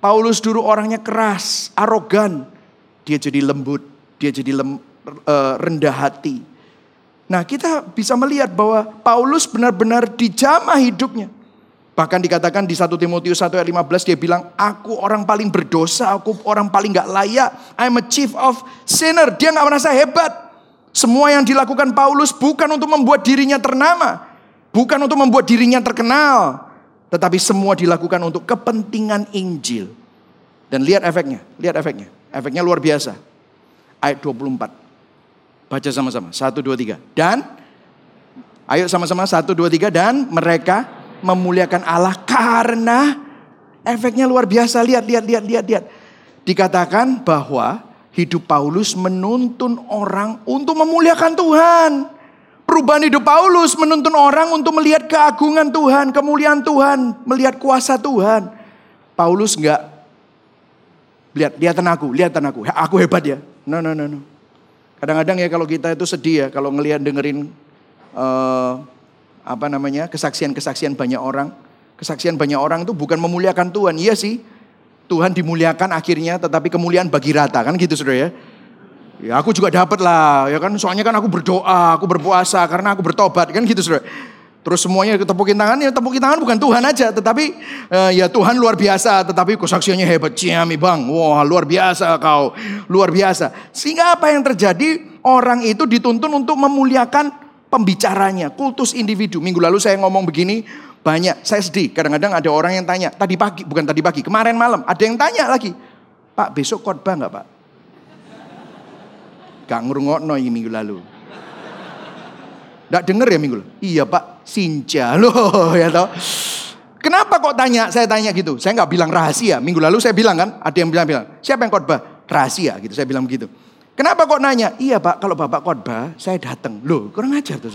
Paulus dulu orangnya keras, arogan. Dia jadi lembut, dia jadi lem, uh, rendah hati. Nah, kita bisa melihat bahwa Paulus benar-benar dijamah hidupnya. Bahkan dikatakan di satu Timotius satu ayat lima belas dia bilang, aku orang paling berdosa, aku orang paling gak layak. I'm a chief of sinner. Dia gak merasa hebat. Semua yang dilakukan Paulus bukan untuk membuat dirinya ternama. Bukan untuk membuat dirinya terkenal. Tetapi semua dilakukan untuk kepentingan Injil. Dan lihat efeknya, lihat efeknya. Efeknya luar biasa. Ayat dua puluh empat. Baca sama-sama, satu, dua, tiga. Dan, ayo sama-sama, satu, dua, tiga. Dan mereka memuliakan Allah karena efeknya luar biasa. Lihat, lihat, lihat, lihat, lihat. Dikatakan bahwa hidup Paulus menuntun orang untuk memuliakan Tuhan. Perubahan hidup Paulus menuntun orang untuk melihat keagungan Tuhan, kemuliaan Tuhan, melihat kuasa Tuhan. Paulus enggak, lihat, lihatan aku, lihatan aku, aku hebat ya. No, no, no, no. Kadang-kadang ya kalau kita itu sedih ya, kalau ngelihat dengerin uh, apa namanya kesaksian-kesaksian banyak orang. Kesaksian banyak orang itu bukan memuliakan Tuhan, iya sih. Tuhan dimuliakan akhirnya, tetapi kemuliaan bagi rata, kan gitu saudara ya. Ya aku juga dapat lah, ya kan soalnya kan aku berdoa, aku berpuasa karena aku bertobat, kan gitu saudara. Terus semuanya tepukin tangan, ya tepukin tangan bukan Tuhan aja, tetapi uh, ya Tuhan luar biasa, tetapi kesaksiannya hebat, ciami bang, wah luar biasa kau, luar biasa. Sehingga apa yang terjadi, orang itu dituntun untuk memuliakan pembicaranya, kultus individu. Minggu lalu saya ngomong begini, banyak, saya sedih, kadang-kadang ada orang yang tanya, tadi pagi, bukan tadi pagi, kemarin malam, ada yang tanya lagi, Pak besok khotbah gak Pak? Gak ngerungokno ini minggu lalu. Gak denger ya minggu lalu? Iya Pak, sinja loh ya toh. Kenapa kok tanya? Saya tanya gitu. Saya gak bilang rahasia. Minggu lalu saya bilang kan, ada yang bilang-bilang, siapa yang khotbah? Rahasia gitu, saya bilang begitu. Kenapa kok nanya? Iya Pak, kalau Bapak khotbah, saya datang. Loh, kurang ajar tuh.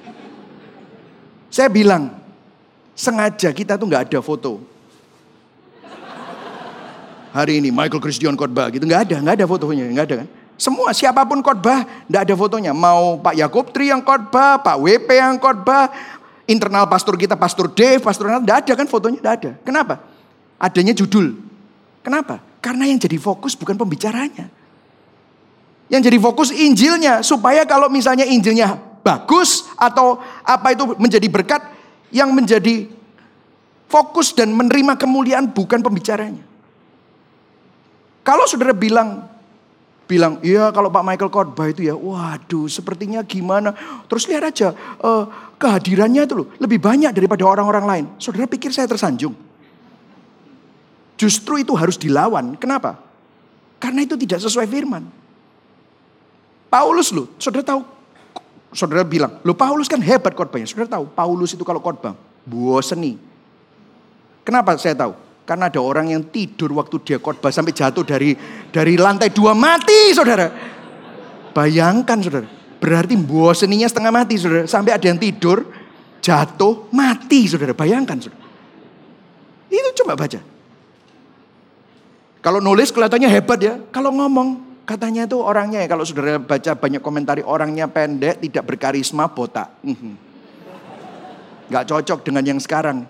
Saya bilang, sengaja kita tuh gak ada foto. Hari ini Michael Christian khotbah gitu, gak ada, gak ada fotonya, gak ada kan. Semua, siapapun khotbah, tidak ada fotonya. Mau Pak Yakub Tri yang khotbah, Pak W P yang khotbah, internal pastor kita, Pastor Dave, Pastor Nat, tidak ada kan fotonya, tidak ada. Kenapa? Adanya judul. Kenapa? Karena yang jadi fokus bukan pembicaranya. Yang jadi fokus Injilnya. Supaya kalau misalnya Injilnya bagus atau apa itu menjadi berkat, yang menjadi fokus dan menerima kemuliaan bukan pembicaranya. Kalau saudara bilang, bilang, iya kalau Pak Michael khotbah itu ya, waduh sepertinya gimana. Terus lihat aja, uh, kehadirannya itu loh lebih banyak daripada orang-orang lain. Saudara pikir saya tersanjung? Justru itu harus dilawan. Kenapa? Karena itu tidak sesuai firman. Paulus loh, saudara tahu, saudara bilang, loh Paulus kan hebat khotbahnya. Saudara tahu, Paulus itu kalau khotbah, boseni. Kenapa saya tahu? Karena ada orang yang tidur waktu dia khotbah sampai jatuh dari dari lantai dua mati, saudara. Bayangkan, saudara. Berarti boseninya setengah mati, saudara. Sampai ada yang tidur, jatuh, mati, saudara. Bayangkan, saudara. Itu coba baca. Kalau nulis kelihatannya hebat ya. Kalau ngomong, katanya itu orangnya ya. Kalau saudara baca banyak komentari, orangnya pendek, tidak berkarisma, botak. Gak cocok dengan yang sekarang.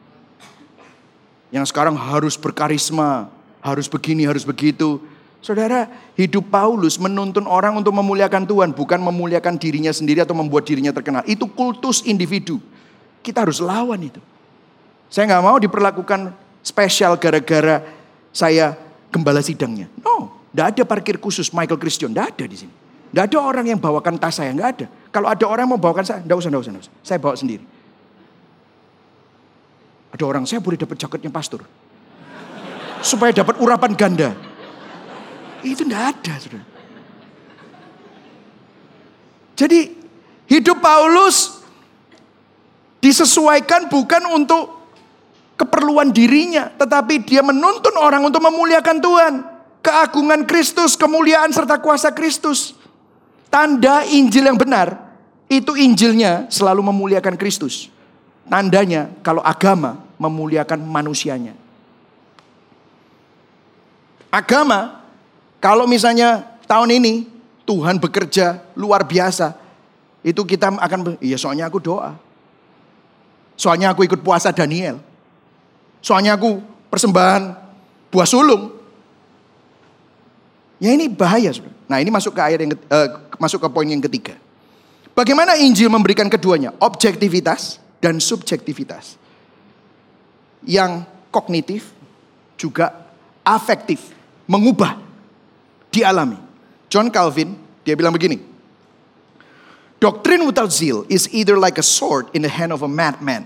Yang sekarang harus berkarisma, harus begini, harus begitu. Saudara, hidup Paulus menuntun orang untuk memuliakan Tuhan, bukan memuliakan dirinya sendiri atau membuat dirinya terkenal. Itu kultus individu. Kita harus lawan itu. Saya gak mau diperlakukan spesial gara-gara saya gembala sidangnya. No, gak ada parkir khusus Michael Christian, gak ada di sini. Gak ada orang yang bawakan tas saya, gak ada. Kalau ada orang yang mau bawakan saya, gak usah, gak usah, gak usah. Saya bawa sendiri. Ada orang, saya boleh dapat jaketnya pastor. Supaya dapat urapan ganda. Itu tidak ada, saudara. Jadi hidup Paulus disesuaikan bukan untuk keperluan dirinya. Tetapi dia menuntun orang untuk memuliakan Tuhan. Keagungan Kristus, kemuliaan serta kuasa Kristus. Tanda Injil yang benar, itu Injilnya selalu memuliakan Kristus. Tandanya kalau agama memuliakan manusianya. Agama, kalau misalnya tahun ini Tuhan bekerja luar biasa, itu kita akan, iya soalnya aku doa. Soalnya aku ikut puasa Daniel. Soalnya aku persembahan buah sulung. Ya ini bahaya. Saudara. Nah ini masuk ke ayat yang uh, masuk ke poin yang ketiga. Bagaimana Injil memberikan keduanya? Objektivitas dan subjektivitas. Yang kognitif juga afektif. Mengubah. Dialami. John Calvin, dia bilang begini. Doctrine without zeal is either like a sword in the hand of a madman.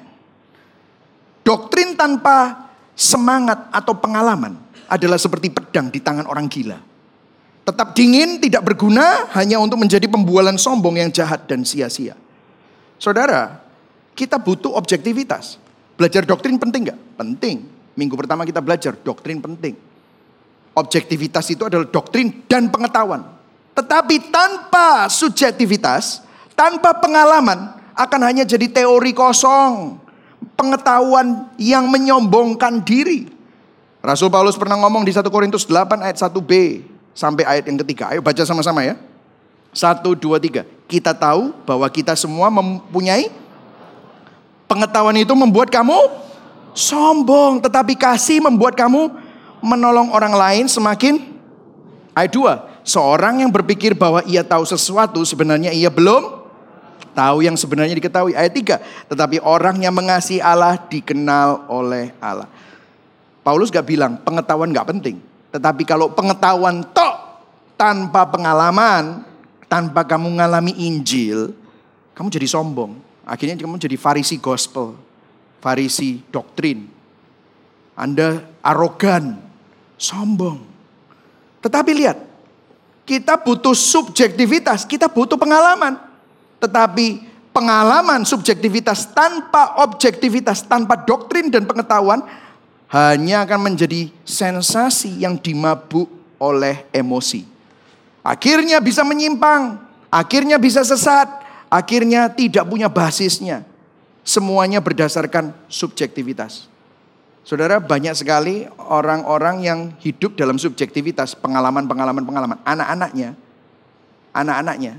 Doktrin tanpa semangat atau pengalaman adalah seperti pedang di tangan orang gila. Tetap dingin, tidak berguna, hanya untuk menjadi pembualan sombong yang jahat dan sia-sia. Saudara, kita butuh objektivitas. Belajar doktrin penting gak? Penting. Minggu pertama kita belajar, doktrin penting. Objektivitas itu adalah doktrin dan pengetahuan. Tetapi tanpa subjektivitas, tanpa pengalaman, akan hanya jadi teori kosong. Pengetahuan yang menyombongkan diri. Rasul Paulus pernah ngomong di satu Korintus delapan ayat satu b. Sampai ayat yang ketiga. Ayo baca sama-sama ya. Satu, dua, tiga. Kita tahu bahwa kita semua mempunyai pengetahuan itu membuat kamu sombong. Tetapi kasih membuat kamu menolong orang lain semakin. Ayat dua. Seorang yang berpikir bahwa ia tahu sesuatu sebenarnya ia belum tahu yang sebenarnya diketahui. Ayat tiga. Tetapi orang yang mengasihi Allah dikenal oleh Allah. Paulus gak bilang pengetahuan gak penting. Tetapi kalau pengetahuan tok tanpa pengalaman, tanpa kamu mengalami Injil, kamu jadi sombong. Akhirnya kamu jadi Farisi gospel, Farisi doktrin. Anda arogan, sombong. Tetapi lihat, kita butuh subjektivitas, kita butuh pengalaman. Tetapi pengalaman subjektivitas tanpa objektivitas, tanpa doktrin dan pengetahuan, hanya akan menjadi sensasi yang dimabuk oleh emosi. Akhirnya bisa menyimpang, akhirnya bisa sesat, akhirnya tidak punya basisnya. Semuanya berdasarkan subjektivitas. Saudara, banyak sekali orang-orang yang hidup dalam subjektivitas, pengalaman-pengalaman pengalaman. Anak-anaknya, anak-anaknya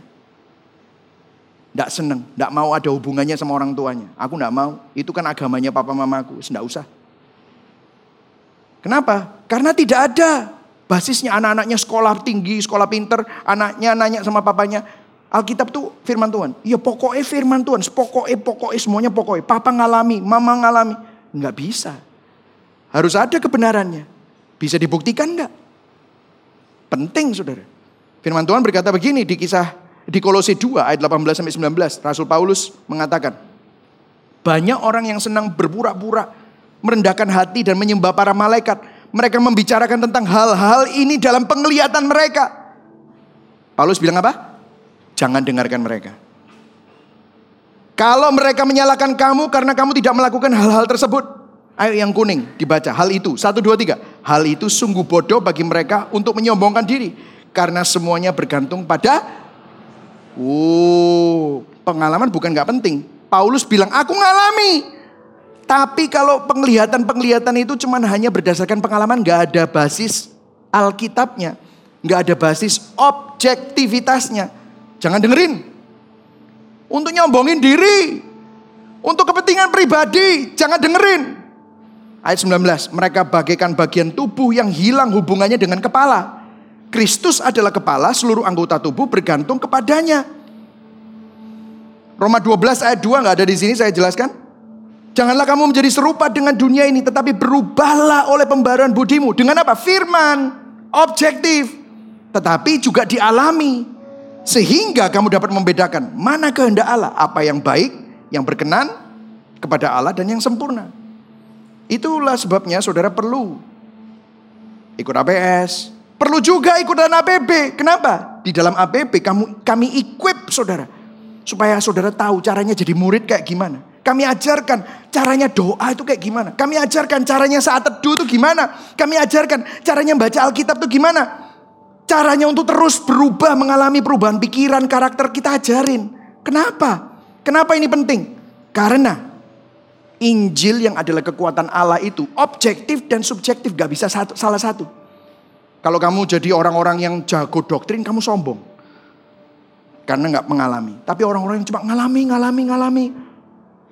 tidak senang, tidak mau ada hubungannya sama orang tuanya. Aku tidak mau, itu kan agamanya papa mamaku, tidak usah. Kenapa? Karena tidak ada basisnya. Anak-anaknya sekolah tinggi, sekolah pinter. Anaknya nanya sama papanya, Alkitab tuh firman Tuhan. Iya pokoknya firman Tuhan. Pokoknya, pokoknya, semuanya pokoknya. Papa ngalami, mama ngalami. Nggak bisa. Harus ada kebenarannya. Bisa dibuktikan nggak? Penting saudara. Firman Tuhan berkata begini di kisah di Kolose dua ayat delapan belas sampai sembilan belas. Rasul Paulus mengatakan, banyak orang yang senang berpura-pura, merendahkan hati dan menyembah para malaikat. Mereka membicarakan tentang hal-hal ini dalam penglihatan mereka. Paulus bilang apa? Jangan dengarkan mereka. Kalau mereka menyalahkan kamu karena kamu tidak melakukan hal-hal tersebut. Ayo yang kuning dibaca. Hal itu. Satu, dua, tiga. Hal itu sungguh bodoh bagi mereka untuk menyombongkan diri. Karena semuanya bergantung pada. Oh, pengalaman bukan gak penting. Paulus bilang, aku ngalami. Tapi kalau penglihatan-penglihatan itu cuma hanya berdasarkan pengalaman, gak ada basis Alkitabnya, gak ada basis objektivitasnya. Jangan dengerin. Untuk nyombongin diri, untuk kepentingan pribadi, jangan dengerin. Ayat sembilan belas, mereka bagaikan bagian tubuh yang hilang hubungannya dengan kepala. Kristus adalah kepala, seluruh anggota tubuh bergantung kepadanya. Roma dua belas ayat dua gak ada di sini, saya jelaskan. Janganlah kamu menjadi serupa dengan dunia ini, tetapi berubahlah oleh pembaruan budimu. Dengan apa? Firman, objektif, tetapi juga dialami. Sehingga kamu dapat membedakan mana kehendak Allah, apa yang baik, yang berkenan kepada Allah dan yang sempurna. Itulah sebabnya saudara perlu ikut A P S, perlu juga ikutan A P B. Kenapa? Di dalam A P B kamu, kami equip saudara, supaya saudara tahu caranya jadi murid kayak gimana. Kami ajarkan caranya doa itu kayak gimana. Kami ajarkan caranya saat teduh itu gimana. Kami ajarkan caranya baca Alkitab itu gimana. Caranya untuk terus berubah, mengalami perubahan pikiran, karakter, kita ajarin. Kenapa? Kenapa ini penting? Karena Injil yang adalah kekuatan Allah itu objektif dan subjektif, gak bisa satu, salah satu. Kalau kamu jadi orang-orang yang jago doktrin, kamu sombong. Karena gak mengalami. Tapi orang-orang yang cuma ngalami, ngalami, ngalami.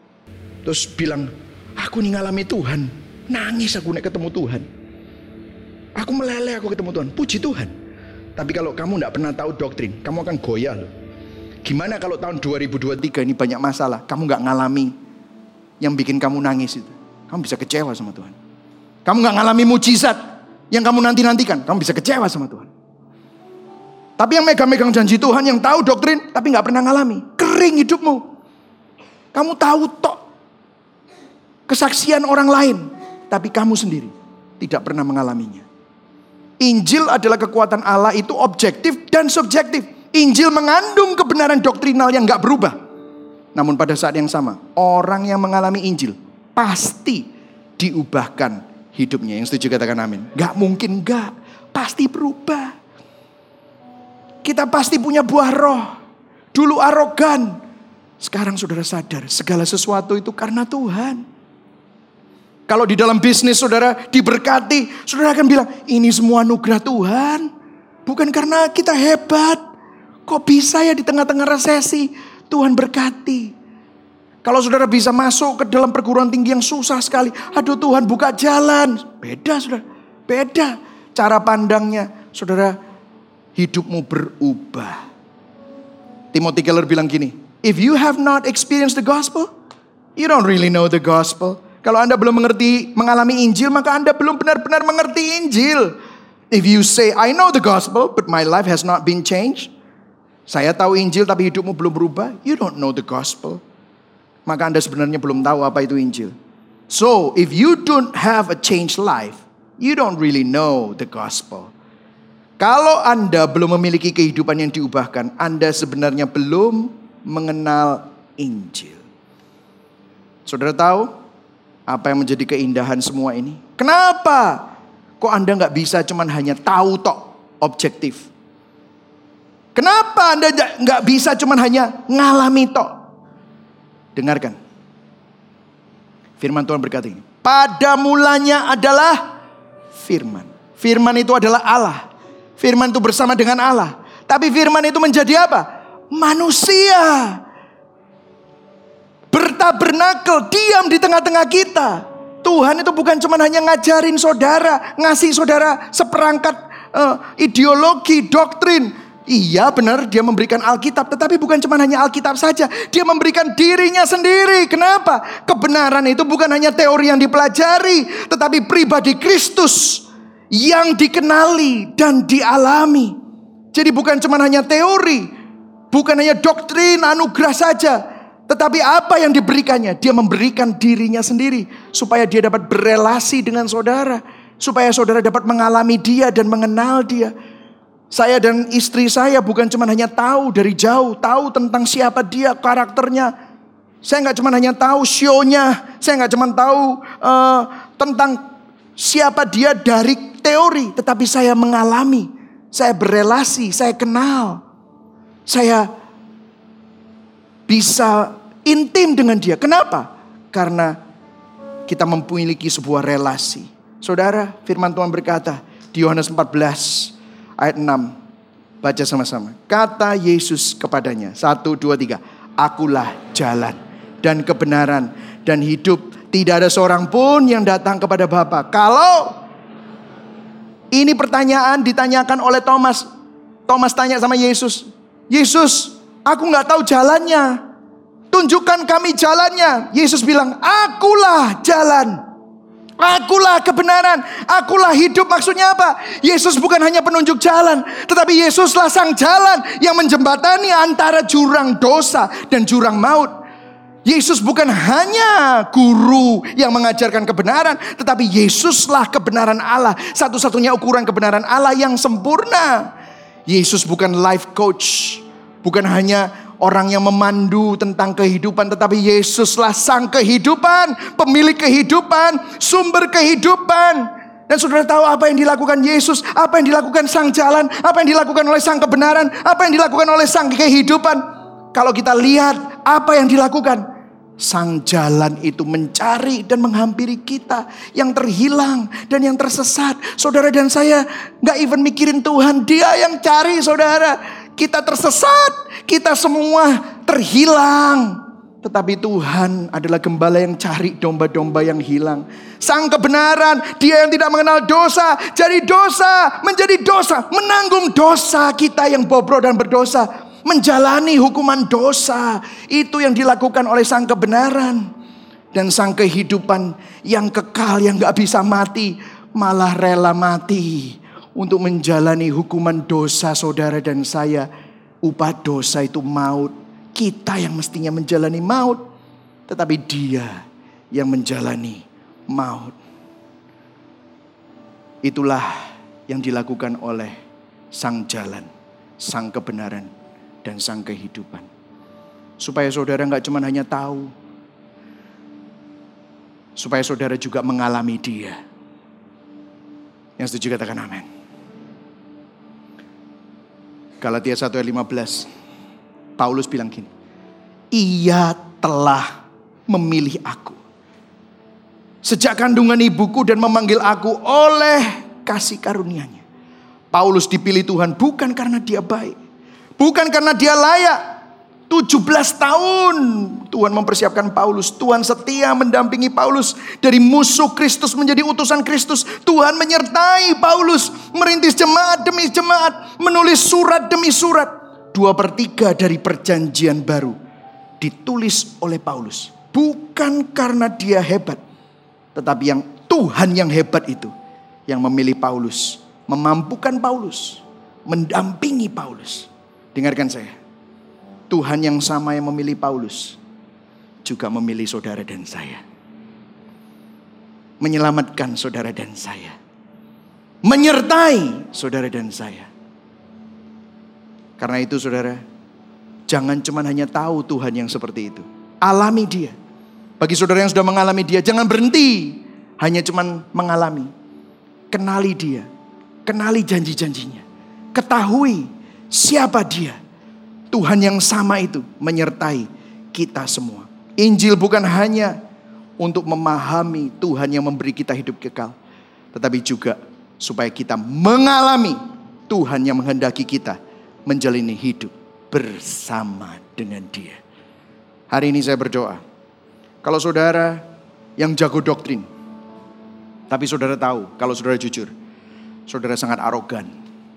Terus bilang, aku nih ngalami Tuhan. Nangis aku nih ketemu Tuhan. Aku meleleh, aku ketemu Tuhan. Puji Tuhan. Tapi kalau kamu tidak pernah tahu doktrin, kamu akan goyah loh. Gimana kalau tahun dua ribu dua puluh tiga ini banyak masalah, kamu gak ngalami yang bikin kamu nangis itu. Kamu bisa kecewa sama Tuhan. Kamu gak ngalami mujizat yang kamu nanti-nantikan, kamu bisa kecewa sama Tuhan. Tapi yang megang-megang janji Tuhan, yang tahu doktrin, tapi gak pernah ngalami. Kering hidupmu. Kamu tahu tok kesaksian orang lain, tapi kamu sendiri tidak pernah mengalaminya. Injil adalah kekuatan Allah, itu objektif dan subjektif. Injil mengandung kebenaran doktrinal yang gak berubah. Namun pada saat yang sama, orang yang mengalami Injil pasti diubahkan hidupnya. Yang setuju katakan amin. Gak mungkin gak, pasti berubah. Kita pasti punya buah roh. Dulu arogan, sekarang saudara sadar segala sesuatu itu karena Tuhan. Kalau di dalam bisnis saudara diberkati, saudara akan bilang, ini semua anugerah Tuhan. Bukan karena kita hebat. Kok bisa ya di tengah-tengah resesi, Tuhan berkati. Kalau saudara bisa masuk ke dalam perguruan tinggi yang susah sekali, aduh Tuhan buka jalan. Beda saudara, beda cara pandangnya. Saudara, hidupmu berubah. Timothy Keller bilang gini, if you have not experienced the gospel, you don't really know the gospel. Kalau Anda belum mengerti, mengalami Injil, maka Anda belum benar-benar mengerti Injil. If you say, I know the gospel, but my life has not been changed. Saya tahu Injil, tapi hidupmu belum berubah. You don't know the gospel. Maka Anda sebenarnya belum tahu apa itu Injil. So, if you don't have a changed life, you don't really know the gospel. Kalau Anda belum memiliki kehidupan yang diubahkan, Anda sebenarnya belum mengenal Injil. Saudara tahu apa yang menjadi keindahan semua ini? Kenapa? Kok Anda gak bisa cuman hanya tahu tok objektif? Kenapa Anda gak bisa cuman hanya ngalami tok? Dengarkan. Firman Tuhan berkata ini. Pada mulanya adalah firman. Firman itu adalah Allah. Firman itu bersama dengan Allah. Tapi firman itu menjadi apa? Manusia. Bertabernakel, diam di tengah-tengah kita. Tuhan itu bukan cuma hanya ngajarin saudara, ngasih saudara seperangkat uh, ideologi, doktrin. Iya benar, dia memberikan Alkitab, tetapi bukan cuma hanya Alkitab saja. Dia memberikan dirinya sendiri. Kenapa? Kebenaran itu bukan hanya teori yang dipelajari, tetapi pribadi Kristus yang dikenali dan dialami. Jadi bukan cuma hanya teori, bukan hanya doktrin, anugerah saja, tetapi apa yang diberikannya? Dia memberikan dirinya sendiri supaya dia dapat berelasi dengan saudara, supaya saudara dapat mengalami dia dan mengenal dia. Saya dan istri saya bukan cuma hanya tahu dari jauh, tahu tentang siapa dia, karakternya. Saya nggak cuma hanya tahu show-nya, saya nggak cuma tahu uh, tentang siapa dia dari teori, tetapi saya mengalami, saya berelasi, saya kenal, saya bisa intim dengan dia. Kenapa? Karena kita memiliki sebuah relasi. Saudara, firman Tuhan berkata di Yohanes empat belas ayat enam. Baca sama-sama. Kata Yesus kepadanya, satu, dua, tiga. Akulah jalan dan kebenaran dan hidup. Tidak ada seorang pun yang datang kepada Bapa. Kalau ini pertanyaan ditanyakan oleh Thomas. Thomas tanya sama Yesus. Yesus, aku gak tahu jalannya. Tunjukkan kami jalannya. Yesus bilang, akulah jalan. Akulah kebenaran. Akulah hidup. Maksudnya apa? Yesus bukan hanya penunjuk jalan, tetapi Yesuslah sang jalan yang menjembatani antara jurang dosa dan jurang maut. Yesus bukan hanya guru yang mengajarkan kebenaran, tetapi Yesuslah kebenaran Allah. Satu-satunya ukuran kebenaran Allah yang sempurna. Yesus bukan life coach, bukan hanya orang yang memandu tentang kehidupan, tetapi Yesuslah sang kehidupan, pemilik kehidupan, sumber kehidupan. Dan saudara tahu apa yang dilakukan Yesus, apa yang dilakukan sang jalan, apa yang dilakukan oleh sang kebenaran, apa yang dilakukan oleh sang kehidupan. Kalau kita lihat apa yang dilakukan, sang jalan itu mencari dan menghampiri kita yang terhilang dan yang tersesat. Saudara dan saya gak even mikirin Tuhan, dia yang cari saudara. Kita tersesat, kita semua terhilang. Tetapi Tuhan adalah gembala yang cari domba-domba yang hilang. Sang kebenaran, Dia yang tidak mengenal dosa, jadi dosa, menjadi dosa, menanggung dosa kita yang bobrok dan berdosa, menjalani hukuman dosa. Itu yang dilakukan oleh sang kebenaran. Dan sang kehidupan yang kekal, yang gak bisa mati, malah rela mati untuk menjalani hukuman dosa saudara dan saya. Upah dosa itu maut. Kita yang mestinya menjalani maut, tetapi Dia yang menjalani maut. Itulah yang dilakukan oleh sang jalan, sang kebenaran, dan sang kehidupan. Supaya saudara gak cuma hanya tahu, supaya saudara juga mengalami Dia. Yang setuju katakan amin. Galatia satu ayat lima belas. Paulus bilang gini, Ia telah memilih aku sejak kandungan ibuku dan memanggil aku oleh kasih karunia-Nya. Paulus dipilih Tuhan bukan karena dia baik, bukan karena dia layak. tujuh belas tahun Tuhan mempersiapkan Paulus. Tuhan setia mendampingi Paulus dari musuh Kristus menjadi utusan Kristus. Tuhan menyertai Paulus merintis jemaat demi jemaat, menulis surat demi surat. Dua per tiga dari perjanjian baru ditulis oleh Paulus. Bukan karena dia hebat, tetapi yang Tuhan yang hebat itu yang memilih Paulus, memampukan Paulus, mendampingi Paulus. Dengarkan saya, Tuhan yang sama yang memilih Paulus juga memilih saudara dan saya, menyelamatkan saudara dan saya, menyertai saudara dan saya. Karena itu saudara, jangan cuma hanya tahu Tuhan yang seperti itu, alami Dia. Bagi saudara yang sudah mengalami Dia, jangan berhenti hanya cuma mengalami. Kenali Dia, kenali janji-janjinya, ketahui siapa Dia. Tuhan yang sama itu menyertai kita semua. Injil bukan hanya untuk memahami Tuhan yang memberi kita hidup kekal, tetapi juga supaya kita mengalami Tuhan yang menghendaki kita menjalani hidup bersama dengan Dia. Hari ini saya berdoa, kalau saudara yang jago doktrin, tapi saudara tahu, kalau saudara jujur, saudara sangat arogan.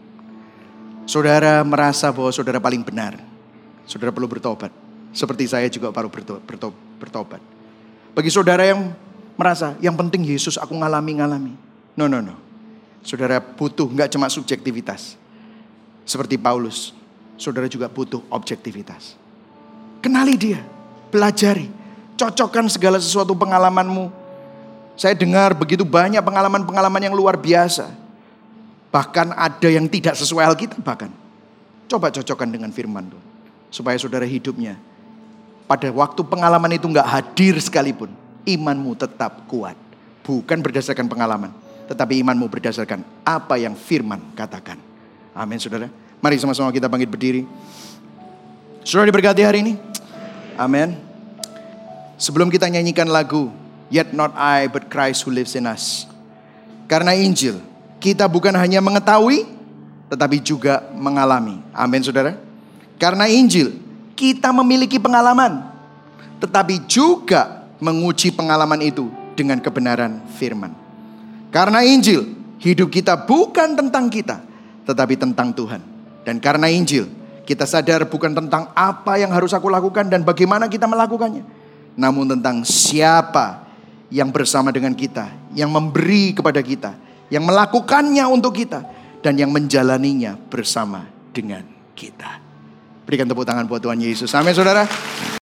Saudara merasa bahwa saudara paling benar. Saudara perlu bertobat. Seperti saya juga baru bertobat. Bagi saudara yang merasa, yang penting Yesus aku ngalami-ngalami. No, no, no. Saudara butuh gak cuma subjektivitas. Seperti Paulus, saudara juga butuh objektivitas. Kenali Dia, pelajari, cocokkan segala sesuatu pengalamanmu. Saya dengar begitu banyak pengalaman-pengalaman yang luar biasa. Bahkan ada yang tidak sesuai Alkitab bahkan. Coba cocokkan dengan firman Tuhan. Supaya saudara hidupnya, pada waktu pengalaman itu gak hadir sekalipun, imanmu tetap kuat. Bukan berdasarkan pengalaman, tetapi imanmu berdasarkan apa yang firman katakan. Amin saudara. Mari sama-sama kita bangkit berdiri. Saudara diberkati hari ini. Amin. Sebelum kita nyanyikan lagu Yet Not I But Christ Who Lives in Us, karena Injil kita bukan hanya mengetahui, tetapi juga mengalami. Amin saudara. Karena Injil kita memiliki pengalaman, tetapi juga menguji pengalaman itu dengan kebenaran firman. Karena Injil hidup kita bukan tentang kita, tetapi tentang Tuhan. Dan karena Injil kita sadar bukan tentang apa yang harus aku lakukan dan bagaimana kita melakukannya, namun tentang siapa yang bersama dengan kita, yang memberi kepada kita, yang melakukannya untuk kita, dan yang menjalaninya bersama dengan kita. Berikan tepuk tangan buat Tuhan Yesus. Amin saudara.